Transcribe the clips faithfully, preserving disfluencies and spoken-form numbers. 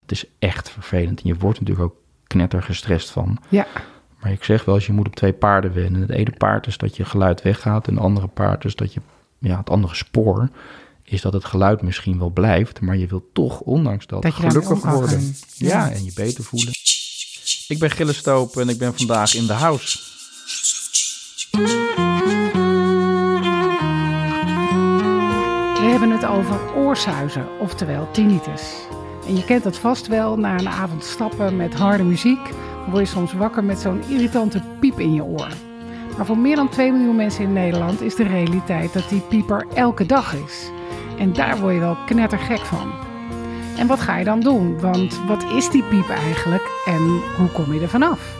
het is echt vervelend. En je wordt natuurlijk ook knettergestrest van. Ja. Maar ik zeg wel eens, je moet op twee paarden wennen. Het ene paard is dat je geluid weggaat. En het andere paard is dat je, ja, het andere spoor is dat het geluid misschien wel blijft. Maar je wilt toch, ondanks dat, dat je gelukkig worden. Ja. ja, en je beter voelen. Ik ben Gilles Stoop en ik ben vandaag in de house. We hebben het over oorsuizen, oftewel tinnitus. En je kent dat vast wel, na een avond stappen met harde muziek word je soms wakker met zo'n irritante piep in je oor. Maar voor meer dan twee miljoen mensen in Nederland is de realiteit dat die pieper elke dag is. En daar word je wel knettergek van. En wat ga je dan doen? Want wat is die piep eigenlijk en hoe kom je er vanaf?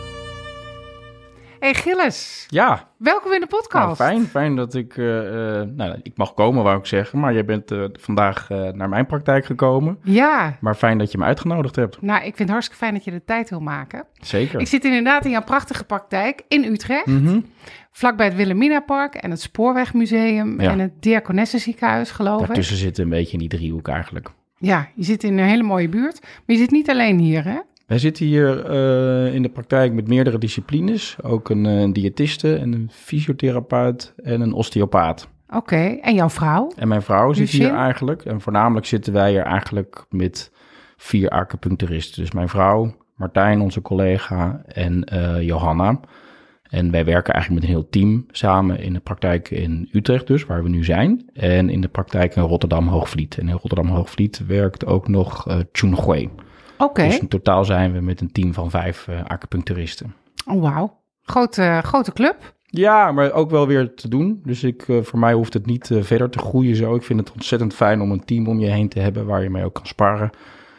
Hey Gilles, Ja. welkom in de podcast. Nou, fijn, fijn dat ik, uh, uh, nou, ik mag komen, wou ik zeggen. Maar jij bent uh, vandaag uh, naar mijn praktijk gekomen. Ja. Maar fijn dat je me uitgenodigd hebt. Nou, ik vind het hartstikke fijn dat je de tijd wil maken. Zeker. Ik zit inderdaad in jouw prachtige praktijk in Utrecht. Mm-hmm. Vlakbij het Wilhelminapark en het Spoorwegmuseum Ja. en het Diakonessenziekenhuis, geloof ik. Daartussen zitten een beetje in die driehoek eigenlijk. Ja, je zit in een hele mooie buurt. Maar je zit niet alleen hier, hè? Wij zitten hier uh, in de praktijk met meerdere disciplines. Ook een, uh, een diëtiste en een fysiotherapeut en een osteopaat. Oké, okay. En jouw vrouw? En mijn vrouw zit Lucien? hier eigenlijk. En voornamelijk zitten wij hier eigenlijk met vier acupuncturisten. Dus mijn vrouw, Martijn, onze collega, en uh, Johanna. En wij werken eigenlijk met een heel team samen in de praktijk in Utrecht dus, waar we nu zijn. En in de praktijk in Rotterdam-Hoogvliet. En in Rotterdam-Hoogvliet werkt ook nog uh, Chun Hui. Oké. Okay. Dus in totaal zijn we met een team van vijf uh, acupuncturisten. Oh, wauw. Grote, grote club. Ja, maar ook wel weer te doen. Dus ik, uh, voor mij hoeft het niet uh, verder te groeien zo. Ik vind het ontzettend fijn om een team om je heen te hebben waar je mee ook kan sparren.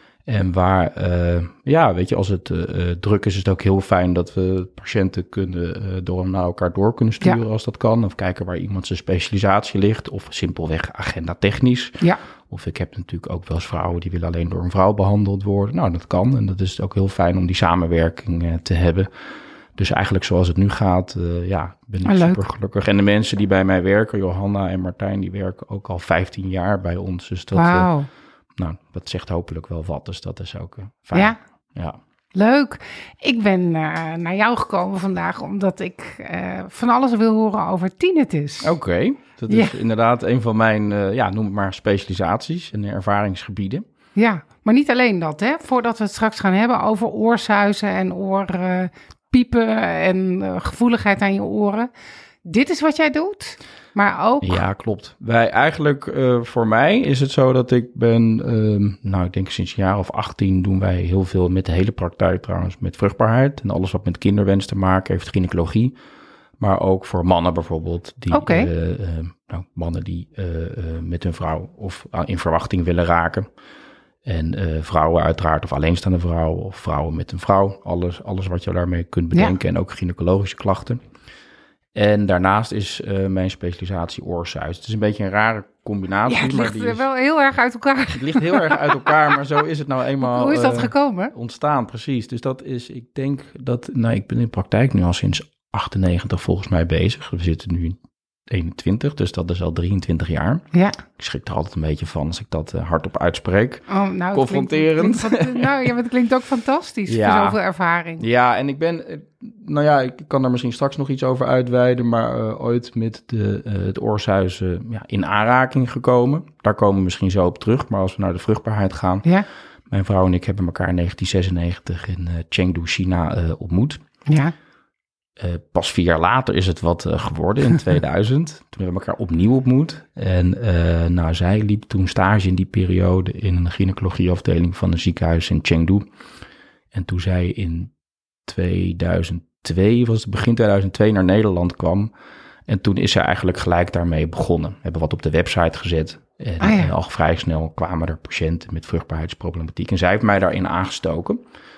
En waar, uh, ja, weet je, als het uh, druk is, is het ook heel fijn dat we patiënten kunnen uh, door naar elkaar door kunnen sturen ja. als dat kan. Of kijken waar iemand zijn specialisatie ligt. Of simpelweg agenda technisch. Ja. Of ik heb natuurlijk ook wel eens vrouwen die willen alleen door een vrouw behandeld worden. Nou, dat kan. En dat is ook heel fijn om die samenwerking uh, te hebben. Dus eigenlijk zoals het nu gaat, uh, ja, ben ik oh, super gelukkig. En de mensen die bij mij werken, Johanna en Martijn, die werken ook al vijftien jaar bij ons. Dus dat, Wauw. Uh, nou, dat zegt hopelijk wel wat. Dus dat is ook uh, fijn. Ja? Ja. Leuk. Ik ben uh, naar jou gekomen vandaag omdat ik uh, van alles wil horen over tinnitus. Oké, okay. Dat is ja. inderdaad een van mijn, uh, ja, noem het maar specialisaties en ervaringsgebieden. Ja, maar niet alleen dat, hè. Voordat we het straks gaan hebben over oorsuizen en oorpiepen uh, en uh, gevoeligheid aan je oren. Dit is wat jij doet, maar ook... Ja, klopt. Wij eigenlijk, uh, voor mij is het zo dat ik ben, uh, nou ik denk sinds een jaar of achttien doen wij heel veel met de hele praktijk trouwens, met vruchtbaarheid. En alles wat met kinderwens te maken heeft, gynaecologie. Maar ook voor mannen bijvoorbeeld, die, okay. uh, uh, nou, mannen die uh, uh, met hun vrouw of uh, in verwachting willen raken. En uh, vrouwen uiteraard, of alleenstaande vrouwen, of vrouwen met een vrouw. Alles, alles wat je daarmee kunt bedenken ja. en ook gynaecologische klachten. En daarnaast is uh, mijn specialisatie oorsuis. Het is een beetje een rare combinatie. Ja, het maar ligt die is, wel heel erg uit elkaar. Het ligt heel erg uit elkaar, maar zo is het nou eenmaal Hoe is dat uh, gekomen? Ontstaan, precies. Dus dat is, ik denk dat, nou ik ben in de praktijk nu al sinds achtennegentig volgens mij bezig. We zitten nu in eenentwintig, dus dat is al drieëntwintig jaar. Ja. Ik schrik er altijd een beetje van als ik dat uh, hardop uitspreek. Oh, nou, Confronterend. Het klinkt, klinkt, nou ja, maar het klinkt ook fantastisch ja. voor zoveel ervaring. Ja, en ik ben, nou ja, ik kan daar misschien straks nog iets over uitweiden, maar uh, ooit met de, uh, het oorsuizen uh, ja, in aanraking gekomen. Daar komen we misschien zo op terug, maar als we naar de vruchtbaarheid gaan. Ja. Mijn vrouw en ik hebben elkaar in negentien zesennegentig in uh, Chengdu, China uh, ontmoet. Ja. Uh, pas vier jaar later is het wat uh, geworden, in tweeduizend. Toen hebben we elkaar opnieuw ontmoet. En uh, nou, zij liep toen stage in die periode in een gynaecologieafdeling van een ziekenhuis in Chengdu. En toen zij in tweeduizend twee, was het begin tweeduizend twee, naar Nederland kwam. En toen is zij eigenlijk gelijk daarmee begonnen. We hebben wat op de website gezet. En ah, ja. uh, al vrij snel kwamen er patiënten met vruchtbaarheidsproblematiek. En zij heeft mij daarin aangestoken.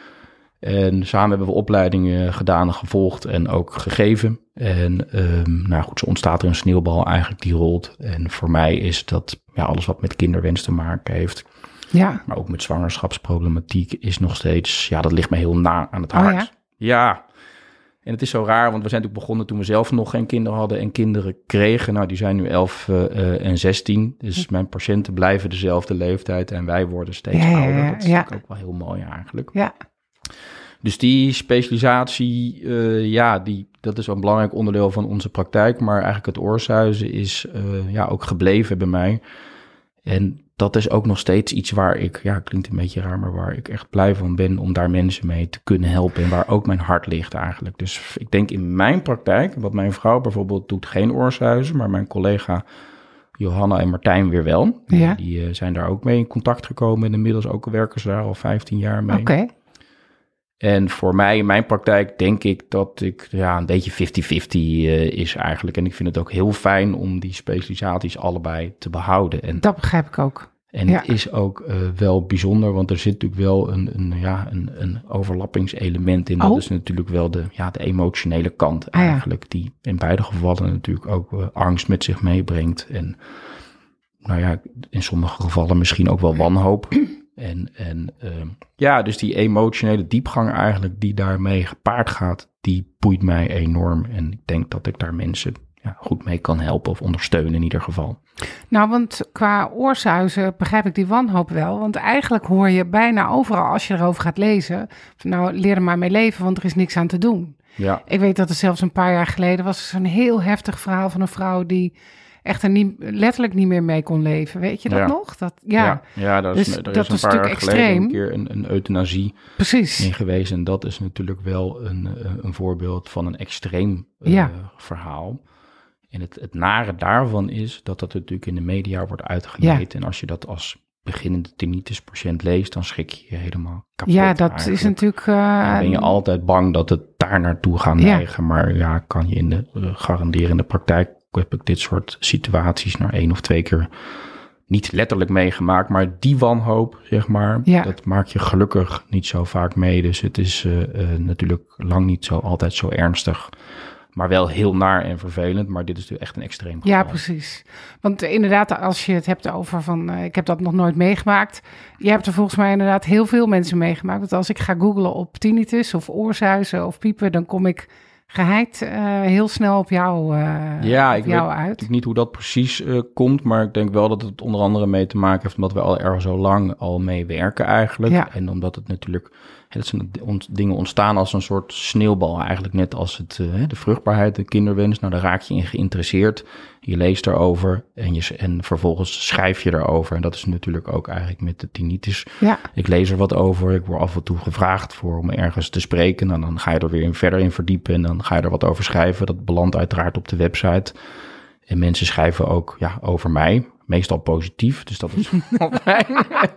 En samen hebben we opleidingen gedaan en gevolgd en ook gegeven. En um, nou goed, zo ontstaat er een sneeuwbal eigenlijk die rolt. En voor mij is dat ja, alles wat met kinderwens te maken heeft. Ja. Maar ook met zwangerschapsproblematiek is nog steeds, ja, dat ligt me heel na aan het hart. Oh, ja? Ja. En het is zo raar, want we zijn natuurlijk begonnen toen we zelf nog geen kinderen hadden en kinderen kregen. Nou, die zijn nu elf uh, en zestien. Dus mijn patiënten blijven dezelfde leeftijd en wij worden steeds ja, ouder. Dat is ja. natuurlijk ook wel heel mooi eigenlijk. Ja. Dus die specialisatie, uh, ja, die, dat is wel een belangrijk onderdeel van onze praktijk. Maar eigenlijk het oorsuizen is uh, ja, ook gebleven bij mij. En dat is ook nog steeds iets waar ik, ja, klinkt een beetje raar, maar waar ik echt blij van ben om daar mensen mee te kunnen helpen. En waar ook mijn hart ligt eigenlijk. Dus ik denk in mijn praktijk, wat mijn vrouw bijvoorbeeld doet, geen oorsuizen, maar mijn collega Johanna en Martijn weer wel. Ja. Die uh, zijn daar ook mee in contact gekomen en inmiddels ook werken ze daar al vijftien jaar mee. Oké. Okay. En voor mij in mijn praktijk denk ik dat ik ja, een beetje vijftig vijftig uh, is eigenlijk. En ik vind het ook heel fijn om die specialisaties allebei te behouden. En, dat begrijp ik ook. En ja. Het is ook uh, wel bijzonder, want er zit natuurlijk wel een, een, ja, een, een overlappingselement in. Dat oh. is natuurlijk wel de, ja, de emotionele kant eigenlijk. Ah, ja. Die in beide gevallen natuurlijk ook uh, angst met zich meebrengt. En nou ja, in sommige gevallen misschien ook wel wanhoop. En, en uh, ja, dus die emotionele diepgang eigenlijk die daarmee gepaard gaat, die boeit mij enorm. En ik denk dat ik daar mensen ja, goed mee kan helpen of ondersteunen in ieder geval. Nou, want qua oorsuizen begrijp ik die wanhoop wel. Want eigenlijk hoor je bijna overal als je erover gaat lezen, nou leer er maar mee leven, want er is niks aan te doen. Ja. Ik weet dat er zelfs een paar jaar geleden was zo'n heel heftig verhaal van een vrouw die echt er niet, letterlijk niet meer mee kon leven. Weet je dat ja. nog? Dat, ja, ja, ja dat is, dus er dat is een paar jaar extreem. geleden een keer een, een euthanasie Precies. in geweest. En dat is natuurlijk wel een, een voorbeeld van een extreem ja. uh, verhaal. En het, het nare daarvan is dat dat natuurlijk in de media wordt uitgemeten. Ja. En als je dat als beginnende tinnitus-patiënt leest, dan schrik je je helemaal kapot. Ja, dat eigenlijk. is natuurlijk... Uh, dan ben je altijd bang dat het daar naartoe gaat neigen. Ja. Maar ja, kan je in de uh, garanderen in de praktijk heb ik dit soort situaties naar één of twee keer niet letterlijk meegemaakt. Maar die wanhoop, zeg maar, ja. dat maak je gelukkig niet zo vaak mee. Dus het is uh, uh, natuurlijk lang niet zo altijd zo ernstig. Maar wel heel naar en vervelend. Maar dit is natuurlijk echt een extreem geval. Ja, precies. Want inderdaad, als je het hebt over van... Uh, ik heb dat nog nooit meegemaakt. Je hebt er volgens mij inderdaad heel veel mensen meegemaakt. Want als ik ga googlen op tinnitus of oorsuizen of piepen, dan kom ik geheid uh, heel snel op jou, uh, ja, op jou weet uit. Ik niet hoe dat precies uh, komt. Maar ik denk wel dat het onder andere mee te maken heeft omdat we al er zo lang al mee werken eigenlijk. Ja. En omdat het natuurlijk... Dat zijn dingen ontstaan als een soort sneeuwbal eigenlijk. Net als het, uh, de vruchtbaarheid, de kinderwens. Nou, daar raak je in geïnteresseerd. Je leest erover en, je, en vervolgens schrijf je erover. En dat is natuurlijk ook eigenlijk met de tinnitus. Ja. Ik lees er wat over. Ik word af en toe gevraagd voor om ergens te spreken. En dan ga je er weer in, verder in verdiepen. En dan ga je er wat over schrijven. Dat belandt uiteraard op de website. En mensen schrijven ook ja, over mij. Meestal positief, dus dat is wel fijn.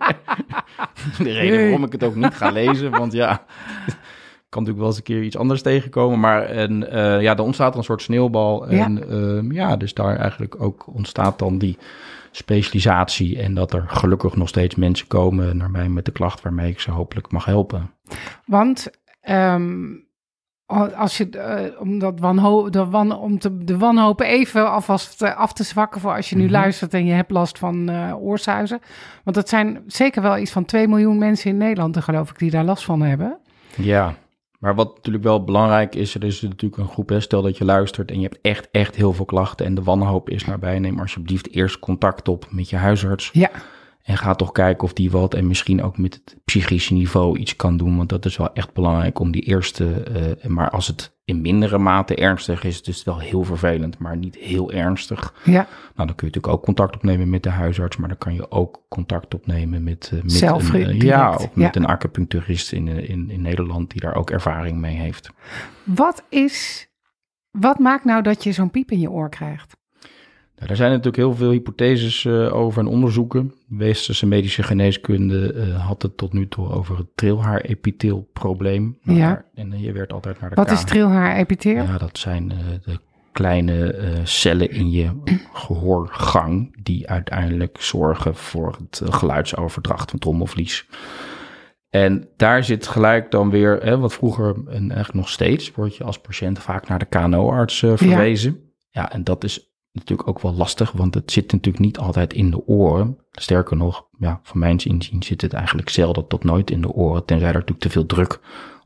De reden waarom ik het ook niet ga lezen, want ja, kan natuurlijk wel eens een keer iets anders tegenkomen. Maar en, uh, ja, er ontstaat een soort sneeuwbal. En ja. Uh, ja, dus daar eigenlijk ook ontstaat dan die specialisatie. En dat er gelukkig nog steeds mensen komen naar mij met de klacht waarmee ik ze hopelijk mag helpen. Want... Um... Als je, uh, om, dat wanhoop, de, wan, om te, de wanhoop even alvast uh, af te zwakken voor als je nu mm-hmm. luistert en je hebt last van uh, oorsuizen. Want dat zijn zeker wel iets van twee miljoen mensen in Nederland, geloof ik, die daar last van hebben. Ja, maar wat natuurlijk wel belangrijk is, er is natuurlijk een groep, hè, stel dat je luistert en je hebt echt, echt heel veel klachten en de wanhoop is nabij. Neem alsjeblieft eerst contact op met je huisarts. Ja. En ga toch kijken of die wat en misschien ook met het psychische niveau iets kan doen. Want dat is wel echt belangrijk om die eerste... Uh, maar als het in mindere mate ernstig is, is het wel heel vervelend, maar niet heel ernstig. Ja. Nou, dan kun je natuurlijk ook contact opnemen met de huisarts. Maar dan kan je ook contact opnemen met, uh, met, Zelf, een, uh, ja, of met ja. een acupuncturist in, in, in Nederland die daar ook ervaring mee heeft. Wat is... Wat maakt nou dat je zo'n piep in je oor krijgt? Nou, daar zijn natuurlijk heel veel hypotheses uh, over en onderzoeken. Westerse medische geneeskunde uh, had het tot nu toe over het trilhaar-epiteelprobleem. Nou, ja. daar, en uh, je werd altijd naar de Wat K- is trilhaar-epiteel? Ja, dat zijn uh, de kleine uh, cellen in je gehoorgang die uiteindelijk zorgen voor het uh, geluidsoverdracht van trommelvlies. En daar zit gelijk dan weer, hè, wat vroeger en eigenlijk nog steeds, word je als patiënt vaak naar de K N O-arts uh, verwezen. Ja. ja, en dat is natuurlijk ook wel lastig, want het zit natuurlijk niet altijd in de oren. Sterker nog, ja, van mijn inzien zit het eigenlijk zelden tot nooit in de oren, tenzij er natuurlijk te veel druk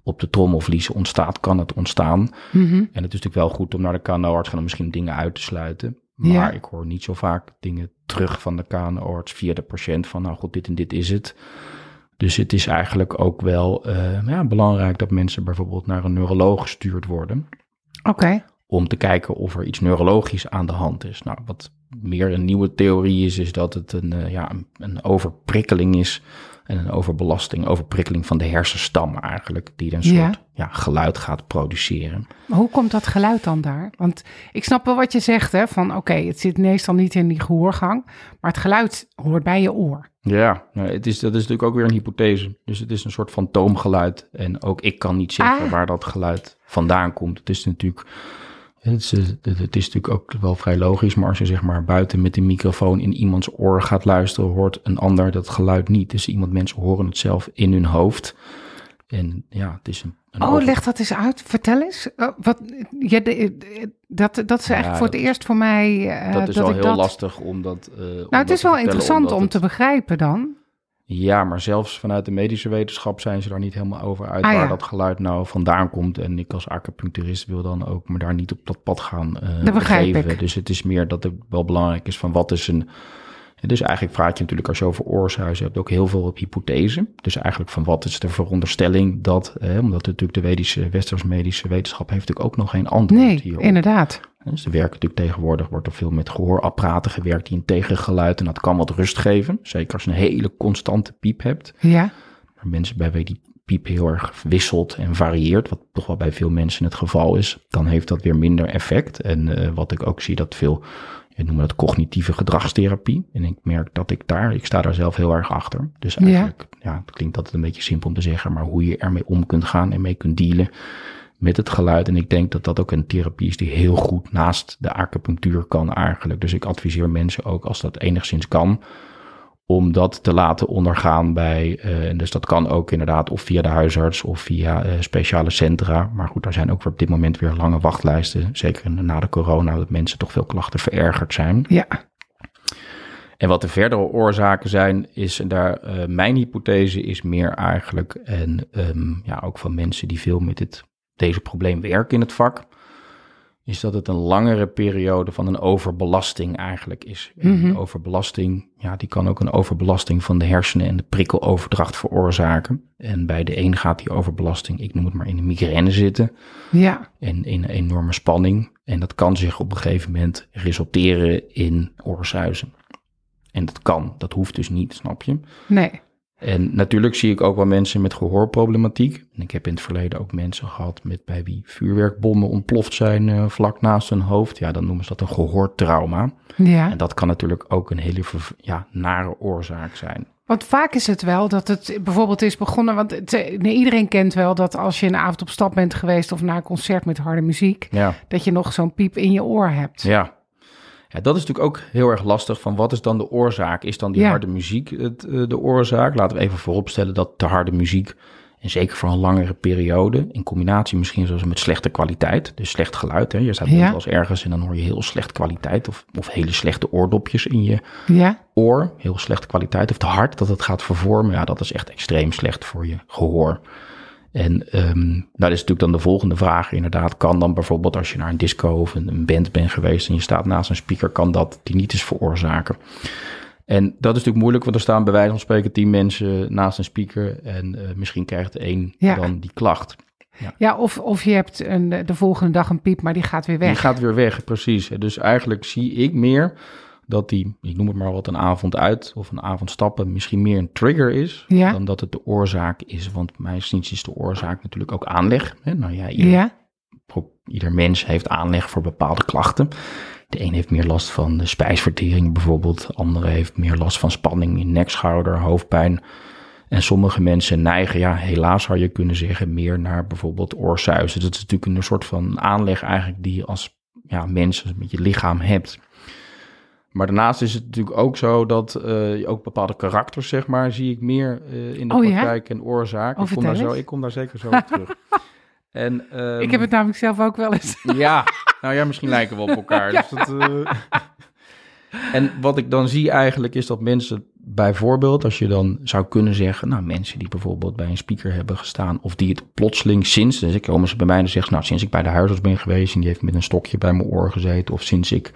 op de trommelvlies ontstaat, kan het ontstaan. Mm-hmm. En het is natuurlijk wel goed om naar de K N O-arts te gaan om misschien dingen uit te sluiten. Maar Ja. ik hoor niet zo vaak dingen terug van de K N O-arts via de patiënt van nou goed, dit en dit is het. Dus het is eigenlijk ook wel uh, ja, belangrijk dat mensen bijvoorbeeld naar een neuroloog gestuurd worden. Oké. Okay. Om te kijken of er iets neurologisch aan de hand is. Nou, wat meer een nieuwe theorie is, is dat het een, uh, ja, een, een overprikkeling is. En een overbelasting, overprikkeling van de hersenstam eigenlijk. Die een soort Ja. Ja, geluid gaat produceren. Maar hoe komt dat geluid dan daar? Want ik snap wel wat je zegt, hè, van oké, okay, het zit meestal niet in die gehoorgang. Maar het geluid hoort bij je oor. Ja, nou, het is, dat is natuurlijk ook weer een hypothese. Dus het is een soort fantoomgeluid. En ook ik kan niet zeggen ah. waar dat geluid vandaan komt. Het is natuurlijk... Het is, het is natuurlijk ook wel vrij logisch, maar als je zeg maar buiten met een microfoon in iemands oor gaat luisteren, hoort een ander dat geluid niet. Dus iemand, mensen horen het zelf in hun hoofd. En ja, het is een... een oh, over... leg dat eens uit. Vertel eens. Uh, wat, ja, de, de, dat, dat is eigenlijk ja, voor het dat, eerst voor mij... Uh, dat is dat wel ik heel dat... lastig om dat uh, Nou, om het dat is wel interessant om het... te begrijpen dan. Ja, maar zelfs vanuit de medische wetenschap zijn ze daar niet helemaal over uit ah, waar ja. dat geluid nou vandaan komt. En ik als acupuncturist wil dan ook me daar niet op dat pad gaan uh, dat begrijp begeven. Ik. Dus het is meer dat het wel belangrijk is van wat is een... Dus eigenlijk vraag je natuurlijk als je over oorsuizen hebt ook heel veel op hypothese. Dus eigenlijk van wat is de veronderstelling dat, eh, omdat natuurlijk de medische, westerse medische wetenschap heeft natuurlijk ook nog geen antwoord nee, hierop. Inderdaad. Dus er werken natuurlijk tegenwoordig, wordt er veel met gehoorapparaten gewerkt die een tegengeluid en dat kan wat rust geven. Zeker als je een hele constante piep hebt. Ja. Maar mensen bij wie die piep heel erg wisselt en varieert, wat toch wel bij veel mensen het geval is, dan heeft dat weer minder effect. En uh, wat ik ook zie dat veel... We noemen dat cognitieve gedragstherapie. En ik merk dat ik daar, ik sta daar zelf heel erg achter. Dus eigenlijk, ja, ja het klinkt altijd een beetje simpel om te zeggen, maar hoe je ermee om kunt gaan en mee kunt dealen met het geluid. En ik denk dat dat ook een therapie is die heel goed naast de acupunctuur kan eigenlijk. Dus ik adviseer mensen ook, als dat enigszins kan, om dat te laten ondergaan bij, uh, en dus dat kan ook inderdaad of via de huisarts of via uh, speciale centra. Maar goed, daar zijn ook op dit moment weer lange wachtlijsten. Zeker na de corona, dat mensen toch veel klachten verergerd zijn. Ja. En wat de verdere oorzaken zijn, is daar uh, mijn hypothese is meer eigenlijk, en um, ja, ook van mensen die veel met dit, deze probleem werken in het vak, is dat het een langere periode van een overbelasting eigenlijk is. Mm-hmm. En overbelasting, ja, die kan ook een overbelasting van de hersenen en de prikkeloverdracht veroorzaken. En bij de een gaat die overbelasting, ik noem het maar, in de migraine zitten. Ja. En in een enorme spanning. En dat kan zich op een gegeven moment resulteren in oorsuizen. En dat kan, dat hoeft dus niet, snap je? Nee. En natuurlijk zie ik ook wel mensen met gehoorproblematiek. En ik heb in het verleden ook mensen gehad met bij wie vuurwerkbommen ontploft zijn uh, vlak naast hun hoofd. Ja, dan noemen ze dat een gehoortrauma. Ja. En dat kan natuurlijk ook een hele ja, nare oorzaak zijn. Want vaak is het wel dat het bijvoorbeeld is begonnen, want het, nee, iedereen kent wel dat als je een avond op stap bent geweest of naar een concert met harde muziek, ja. dat je nog zo'n piep in je oor hebt. Ja. Ja, dat is natuurlijk ook heel erg lastig van wat is dan de oorzaak? Is dan die ja. harde muziek het, uh, de oorzaak? Laten we even vooropstellen dat de harde muziek, en zeker voor een langere periode, in combinatie misschien zoals met slechte kwaliteit, dus slecht geluid. Hè? Je staat ja. wel eens ergens en dan hoor je heel slecht kwaliteit of, of hele slechte oordopjes in je ja. oor. Heel slechte kwaliteit of te hard dat het gaat vervormen. Ja, dat is echt extreem slecht voor je gehoor. En um, nou, dat is natuurlijk dan de volgende vraag. Inderdaad, kan dan bijvoorbeeld als je naar een disco of een, een band bent geweest en je staat naast een speaker, kan dat tinnitus veroorzaken? En dat is natuurlijk moeilijk, want er staan bij wijze van spreken tien mensen naast een speaker en uh, misschien krijgt de een ja. dan die klacht. Ja, ja of, of je hebt een, de volgende dag een piep, maar die gaat weer weg. Die gaat weer weg, precies. Dus eigenlijk zie ik meer dat die, ik noem het maar wat, een avond uit of een avond stappen misschien meer een trigger is ja. dan dat het de oorzaak is. Want meestal is de oorzaak natuurlijk ook aanleg. Hè? Nou ja, ieder, ja. ieder mens heeft aanleg voor bepaalde klachten. De een heeft meer last van de spijsvertering bijvoorbeeld. De andere heeft meer last van spanning in nek, schouder, hoofdpijn. En sommige mensen neigen, ja, helaas zou je kunnen zeggen, meer naar bijvoorbeeld oorsuizen. Dat is natuurlijk een soort van aanleg eigenlijk die je als ja, mens met je lichaam hebt. Maar daarnaast is het natuurlijk ook zo dat uh, je ook bepaalde karakters, zeg maar, zie ik meer uh, in de oh, praktijk ja? en oorzaak. Oh, ik, kom daar zo, ik kom daar zeker zo op terug. En, um, ik heb het namelijk zelf ook wel eens. Ja, nou ja, misschien lijken we op elkaar. Ja. Dus dat, uh... En wat ik dan zie eigenlijk is dat mensen bijvoorbeeld als je dan zou kunnen zeggen, nou mensen die bijvoorbeeld bij een speaker hebben gestaan of die het plotseling sinds, dus ik komen ze bij mij en zeggen, nou sinds ik bij de huisarts ben geweest en die heeft met een stokje bij mijn oor gezeten of sinds ik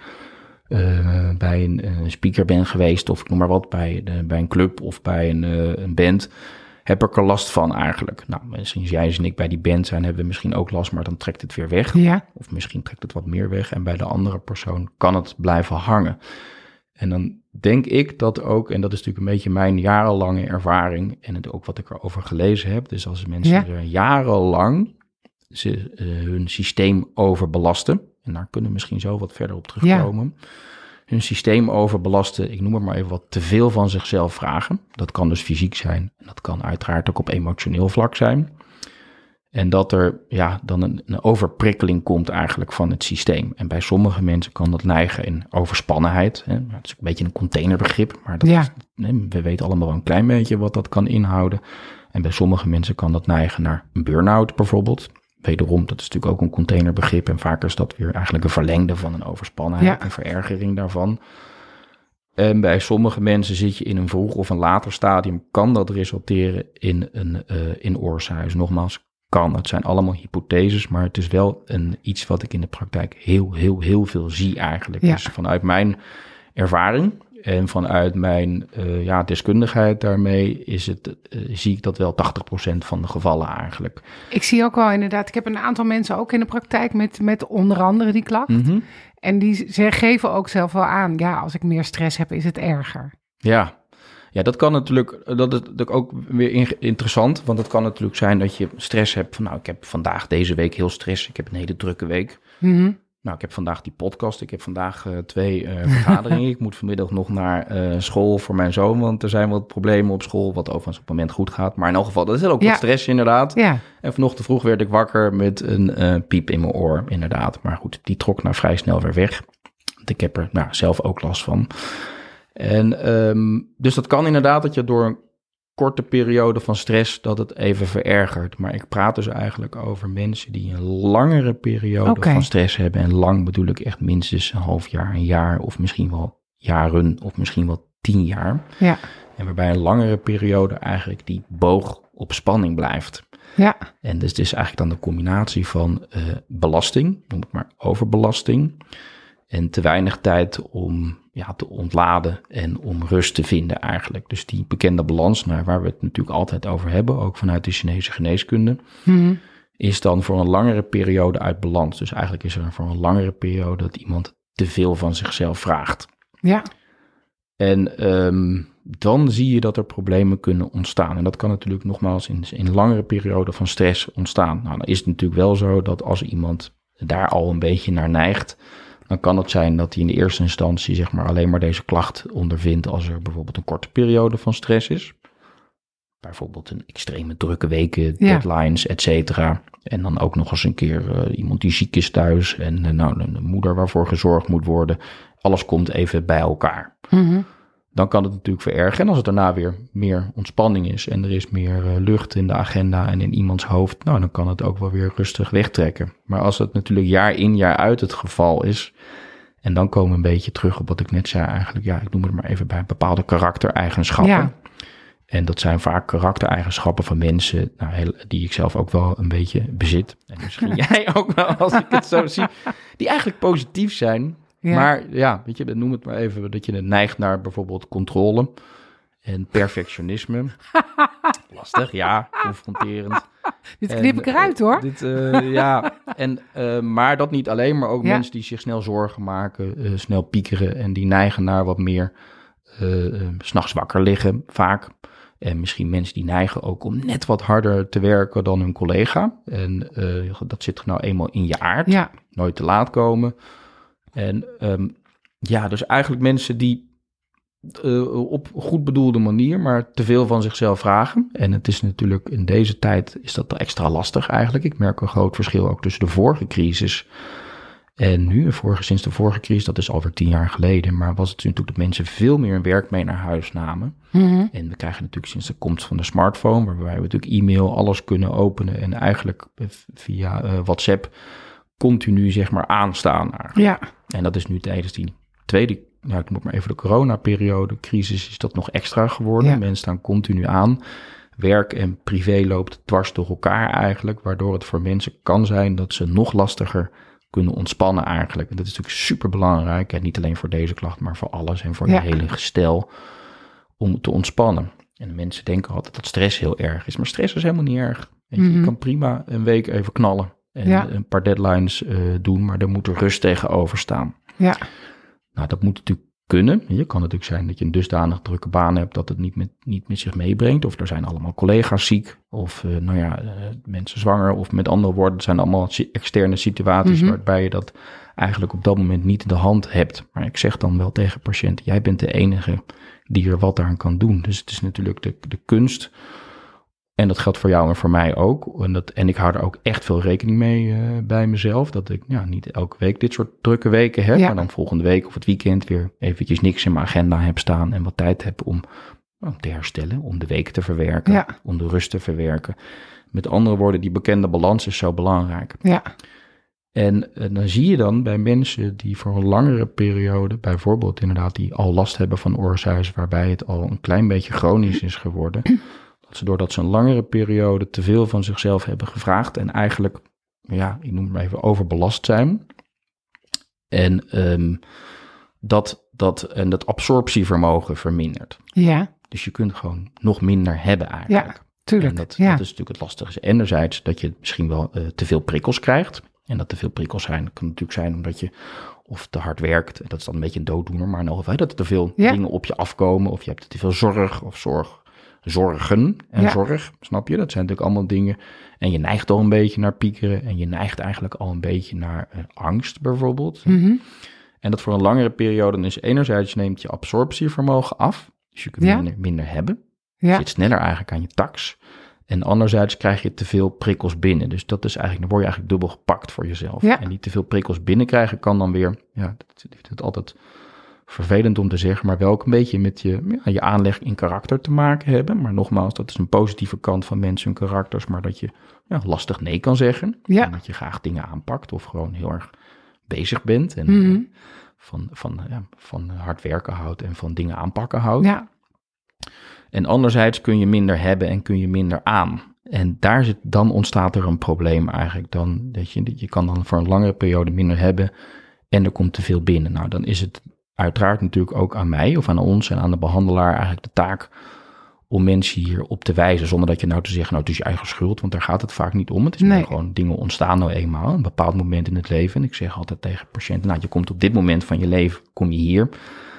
uh, bij een, een speaker ben geweest of ik noem maar wat, bij, de, bij een club of bij een, uh, een band, heb ik er last van eigenlijk. Nou, sinds jij en ik bij die band zijn, hebben we misschien ook last, maar dan trekt het weer weg. Ja. Of misschien trekt het wat meer weg en bij de andere persoon kan het blijven hangen. En dan denk ik dat ook, en dat is natuurlijk een beetje mijn jarenlange ervaring en het ook wat ik erover gelezen heb. Dus als mensen ja. er jarenlang ze, uh, hun systeem overbelasten, en daar kunnen we misschien zo wat verder op terugkomen. Ja. Hun systeem overbelasten, ik noem het maar even wat, te veel van zichzelf vragen. Dat kan dus fysiek zijn en dat kan uiteraard ook op emotioneel vlak zijn. En dat er ja, dan een, een overprikkeling komt eigenlijk van het systeem. En bij sommige mensen kan dat neigen in overspannenheid. Hè. Het is een beetje een containerbegrip, maar dat ja. is, nee, we weten allemaal wel een klein beetje wat dat kan inhouden. En bij sommige mensen kan dat neigen naar een burn-out bijvoorbeeld. Wederom, dat is natuurlijk ook een containerbegrip. En vaak is dat weer eigenlijk een verlengde van een overspannenheid, ja. een verergering daarvan. En bij sommige mensen zit je in een vroeg of een later stadium, kan dat resulteren in een uh, in oorsuis. Nogmaals, kan. Het zijn allemaal hypotheses, maar het is wel een, iets wat ik in de praktijk heel, heel, heel veel zie eigenlijk. Ja. Dus vanuit mijn ervaring en vanuit mijn uh, ja, deskundigheid daarmee is het, uh, zie ik dat wel tachtig procent van de gevallen eigenlijk. Ik zie ook wel inderdaad, ik heb een aantal mensen ook in de praktijk met, met onder andere die klacht. Mm-hmm. En die ze geven ook zelf wel aan, ja, als ik meer stress heb, is het erger. Ja. Ja, dat kan natuurlijk, dat is natuurlijk ook weer interessant, want het kan natuurlijk zijn dat je stress hebt van, nou, ik heb vandaag deze week heel stress, ik heb een hele drukke week. Mm-hmm. Nou, ik heb vandaag die podcast, ik heb vandaag uh, twee uh, vergaderingen, ik moet vanmiddag nog naar uh, school voor mijn zoon, want er zijn wat problemen op school, wat overigens op het moment goed gaat, maar in elk geval, dat is ook ja. wat stress inderdaad. Ja. En vanochtend vroeg werd ik wakker met een uh, piep in mijn oor, inderdaad. Maar goed, die trok nou vrij snel weer weg, want ik heb er nou, zelf ook last van. En um, dus dat kan inderdaad dat je door een korte periode van stress dat het even verergert. Maar ik praat dus eigenlijk over mensen die een langere periode okay. van stress hebben. En lang bedoel ik echt minstens een half jaar, een jaar of misschien wel jaren of misschien wel tien jaar. Ja. En waarbij een langere periode eigenlijk die boog op spanning blijft. Ja. En dus het is eigenlijk dan de combinatie van uh, belasting, noem het maar overbelasting, en te weinig tijd om ja, te ontladen en om rust te vinden eigenlijk. Dus die bekende balans, nou, waar we het natuurlijk altijd over hebben, ook vanuit de Chinese geneeskunde, mm-hmm. is dan voor een langere periode uit balans. Dus eigenlijk is er voor een langere periode dat iemand te veel van zichzelf vraagt. Ja. En um, dan zie je dat er problemen kunnen ontstaan. En dat kan natuurlijk nogmaals in, in een langere periode van stress ontstaan. Nou, dan is het natuurlijk wel zo dat als iemand daar al een beetje naar neigt, dan kan het zijn dat hij in de eerste instantie zeg maar alleen maar deze klacht ondervindt als er bijvoorbeeld een korte periode van stress is. Bijvoorbeeld een extreme drukke weken, deadlines, ja. et cetera. En dan ook nog eens een keer uh, iemand die ziek is thuis en uh, nou, een moeder waarvoor gezorgd moet worden. Alles komt even bij elkaar. Mm-hmm. Dan kan het natuurlijk verergeren. En als het daarna weer meer ontspanning is en er is meer uh, lucht in de agenda en in iemands hoofd, nou, dan kan het ook wel weer rustig wegtrekken. Maar als het natuurlijk jaar in jaar uit het geval is, en dan komen we een beetje terug op wat ik net zei eigenlijk, ja, ik noem het maar even bij bepaalde karaktereigenschappen. Ja. En dat zijn vaak karaktereigenschappen van mensen, nou, heel, die ik zelf ook wel een beetje bezit. En misschien jij ook wel, als ik het zo zie, die eigenlijk positief zijn. Ja. Maar ja, weet je, noem het maar even, dat je het neigt naar bijvoorbeeld controle en perfectionisme. Lastig, ja, confronterend. Dit knip en, ik eruit hoor. Dit, uh, ja, en, uh, maar dat niet alleen, maar ook ja. mensen die zich snel zorgen maken, uh, snel piekeren en die neigen naar wat meer uh, uh, 's nachts wakker liggen vaak. En misschien mensen die neigen ook om net wat harder te werken dan hun collega. En uh, dat zit er nou eenmaal in je aard. Ja. Nooit te laat komen. En um, ja, dus eigenlijk mensen die uh, op goed bedoelde manier, maar te veel van zichzelf vragen. En het is natuurlijk in deze tijd is dat extra lastig eigenlijk. Ik merk een groot verschil ook tussen de vorige crisis en nu. De vorige, sinds de vorige crisis, dat is alweer tien jaar geleden, maar was het natuurlijk dat mensen veel meer hun werk mee naar huis namen. Mm-hmm. En we krijgen natuurlijk sinds de komst van de smartphone, waarbij we natuurlijk e-mail, alles kunnen openen en eigenlijk via uh, WhatsApp continu zeg maar aanstaan. Eigenlijk. Ja. En dat is nu tijdens die tweede nou, ik noem het maar even de coronaperiode, crisis, is dat nog extra geworden. Ja. Mensen staan continu aan. Werk en privé loopt dwars door elkaar eigenlijk, waardoor het voor mensen kan zijn dat ze nog lastiger kunnen ontspannen eigenlijk. En dat is natuurlijk super belangrijk, en niet alleen voor deze klacht, maar voor alles en voor ja. je hele gestel, om te ontspannen. En de mensen denken altijd dat stress heel erg is, maar stress is helemaal niet erg. Weet je, mm-hmm. je kan prima een week even knallen en ja. een paar deadlines uh, doen, maar er moet rust tegenover staan. Ja. Nou, dat moet natuurlijk kunnen. Je kan natuurlijk zijn dat je een dusdanig drukke baan hebt dat het niet met, niet met zich meebrengt. Of er zijn allemaal collega's ziek. Of uh, nou ja, uh, mensen zwanger. Of met andere woorden, het zijn allemaal externe situaties mm-hmm. waarbij je dat eigenlijk op dat moment niet in de hand hebt. Maar ik zeg dan wel tegen patiënten, jij bent de enige die er wat aan kan doen. Dus het is natuurlijk de, de kunst. En dat geldt voor jou en voor mij ook. En, dat, en ik hou er ook echt veel rekening mee uh, bij mezelf. Dat ik ja, niet elke week dit soort drukke weken heb. Ja. Maar dan volgende week of het weekend weer eventjes niks in mijn agenda heb staan. En wat tijd heb om uh, te herstellen. Om de week te verwerken. Ja. Om de rust te verwerken. Met andere woorden, die bekende balans is zo belangrijk. Ja. En uh, dan zie je dan bij mensen die voor een langere periode, bijvoorbeeld inderdaad die al last hebben van oorsuis, waarbij het al een klein beetje chronisch is geworden, dat ze doordat ze een langere periode te veel van zichzelf hebben gevraagd en eigenlijk, ja, ik noem het maar even, overbelast zijn. En um, dat, dat, en dat absorptievermogen vermindert. Ja. Dus je kunt gewoon nog minder hebben eigenlijk. Ja, tuurlijk. En dat, ja. dat is natuurlijk het lastige. Enerzijds dat je misschien wel uh, te veel prikkels krijgt. En dat te veel prikkels zijn, dat kan natuurlijk zijn omdat je of te hard werkt. Dat is dan een beetje een dooddoener, maar in elk geval dat er te veel ja. dingen op je afkomen. Of je hebt te veel zorg of zorg. Zorgen en ja. zorg, snap je? Dat zijn natuurlijk allemaal dingen. En je neigt al een beetje naar piekeren. En je neigt eigenlijk al een beetje naar uh, angst bijvoorbeeld. Mm-hmm. En dat voor een langere periode is enerzijds neemt je absorptievermogen af. Dus je kunt ja. minder, minder hebben. Ja. Je zit sneller eigenlijk aan je tax. En anderzijds krijg je te veel prikkels binnen. Dus dat is eigenlijk, dan word je eigenlijk dubbel gepakt voor jezelf. Ja. En die te veel prikkels binnenkrijgen kan dan weer, ja, dat heeft het altijd vervelend om te zeggen, maar wel ook een beetje met je, ja, je aanleg in karakter te maken hebben. Maar nogmaals, dat is een positieve kant van mensen hun karakters, maar dat je ja, lastig nee kan zeggen. Ja. En dat je graag dingen aanpakt of gewoon heel erg bezig bent. En mm-hmm. van, van, ja, van hard werken houdt en van dingen aanpakken houdt. Ja. En anderzijds kun je minder hebben en kun je minder aan. En daar zit, dan ontstaat er een probleem eigenlijk. Dan, dat je, je kan dan voor een langere periode minder hebben en er komt te veel binnen. Nou, dan is het uiteraard natuurlijk ook aan mij of aan ons en aan de behandelaar eigenlijk de taak om mensen hierop te wijzen, zonder dat je nou te zeggen, nou het is je eigen schuld, want daar gaat het vaak niet om. Het is nee. meer gewoon, dingen ontstaan nou eenmaal, een bepaald moment in het leven. En ik zeg altijd tegen patiënten, nou je komt op dit moment van je leven, kom je hier.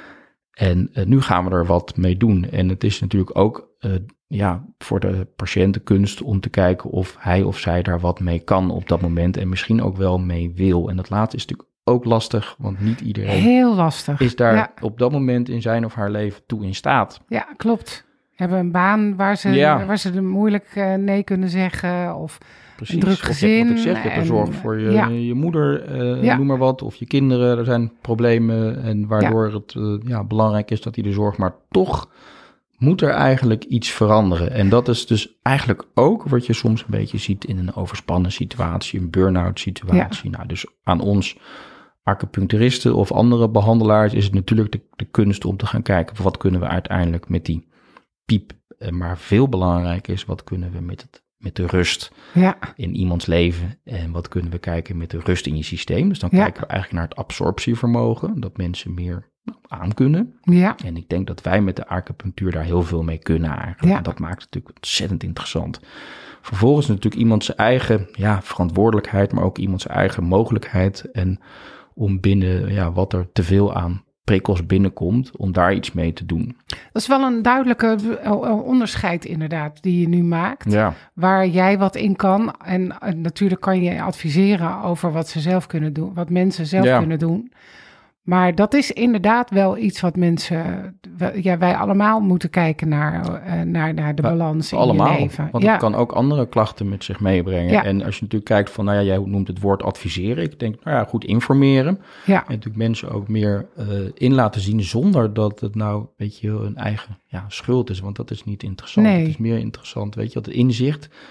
En uh, nu gaan we er wat mee doen. En het is natuurlijk ook uh, ja, voor de patiënt de kunst om te kijken of hij of zij daar wat mee kan op dat moment en misschien ook wel mee wil. En dat laatste is natuurlijk ook lastig, want niet iedereen Heel lastig. is daar ja. op dat moment in zijn of haar leven toe in staat. Ja, klopt. Hebben een baan waar ze, ja. waar ze moeilijk uh, nee kunnen zeggen of Precies. een druk gezin. Of je, wat ik zeg, je hebt en, een zorg voor je, ja. je moeder, uh, ja. noem maar wat, of je kinderen. Er zijn problemen en waardoor ja. het uh, ja, belangrijk is dat die de zorg, maar toch moet er eigenlijk iets veranderen. En dat is dus eigenlijk ook wat je soms een beetje ziet in een overspannen situatie, een burn-out situatie. Ja. Nou, dus aan ons acupuncturisten of andere behandelaars is het natuurlijk de, de kunst om te gaan kijken, wat kunnen we uiteindelijk met die piep. Maar veel belangrijker is, wat kunnen we met, het, met de rust ja. in iemands leven en wat kunnen we kijken met de rust in je systeem. Dus dan ja. kijken we eigenlijk naar het absorptievermogen, dat mensen meer nou, aan kunnen. Ja. En ik denk dat wij met de acupunctuur daar heel veel mee kunnen eigenlijk. Ja. En dat maakt het natuurlijk ontzettend interessant. Vervolgens natuurlijk iemand zijn eigen ja, verantwoordelijkheid, maar ook iemand zijn eigen mogelijkheid en om binnen ja, wat er te veel aan prikkels binnenkomt, om daar iets mee te doen. Dat is wel een duidelijke onderscheid inderdaad, die je nu maakt. Ja. Waar jij wat in kan. En, en natuurlijk kan je adviseren over wat ze zelf kunnen doen, wat mensen zelf ja. kunnen doen. Maar dat is inderdaad wel iets wat mensen, ja, wij allemaal moeten kijken naar, uh, naar, naar de balans in allemaal, je leven. Want ja. het kan ook andere klachten met zich meebrengen. Ja. En als je natuurlijk kijkt van, nou ja, jij noemt het woord adviseren. Ik denk, nou ja, goed informeren. Ja. En natuurlijk mensen ook meer uh, in laten zien zonder dat het nou, weet je, hun eigen ja, schuld is. Want dat is niet interessant. Nee. Het is meer interessant, weet je, dat inzicht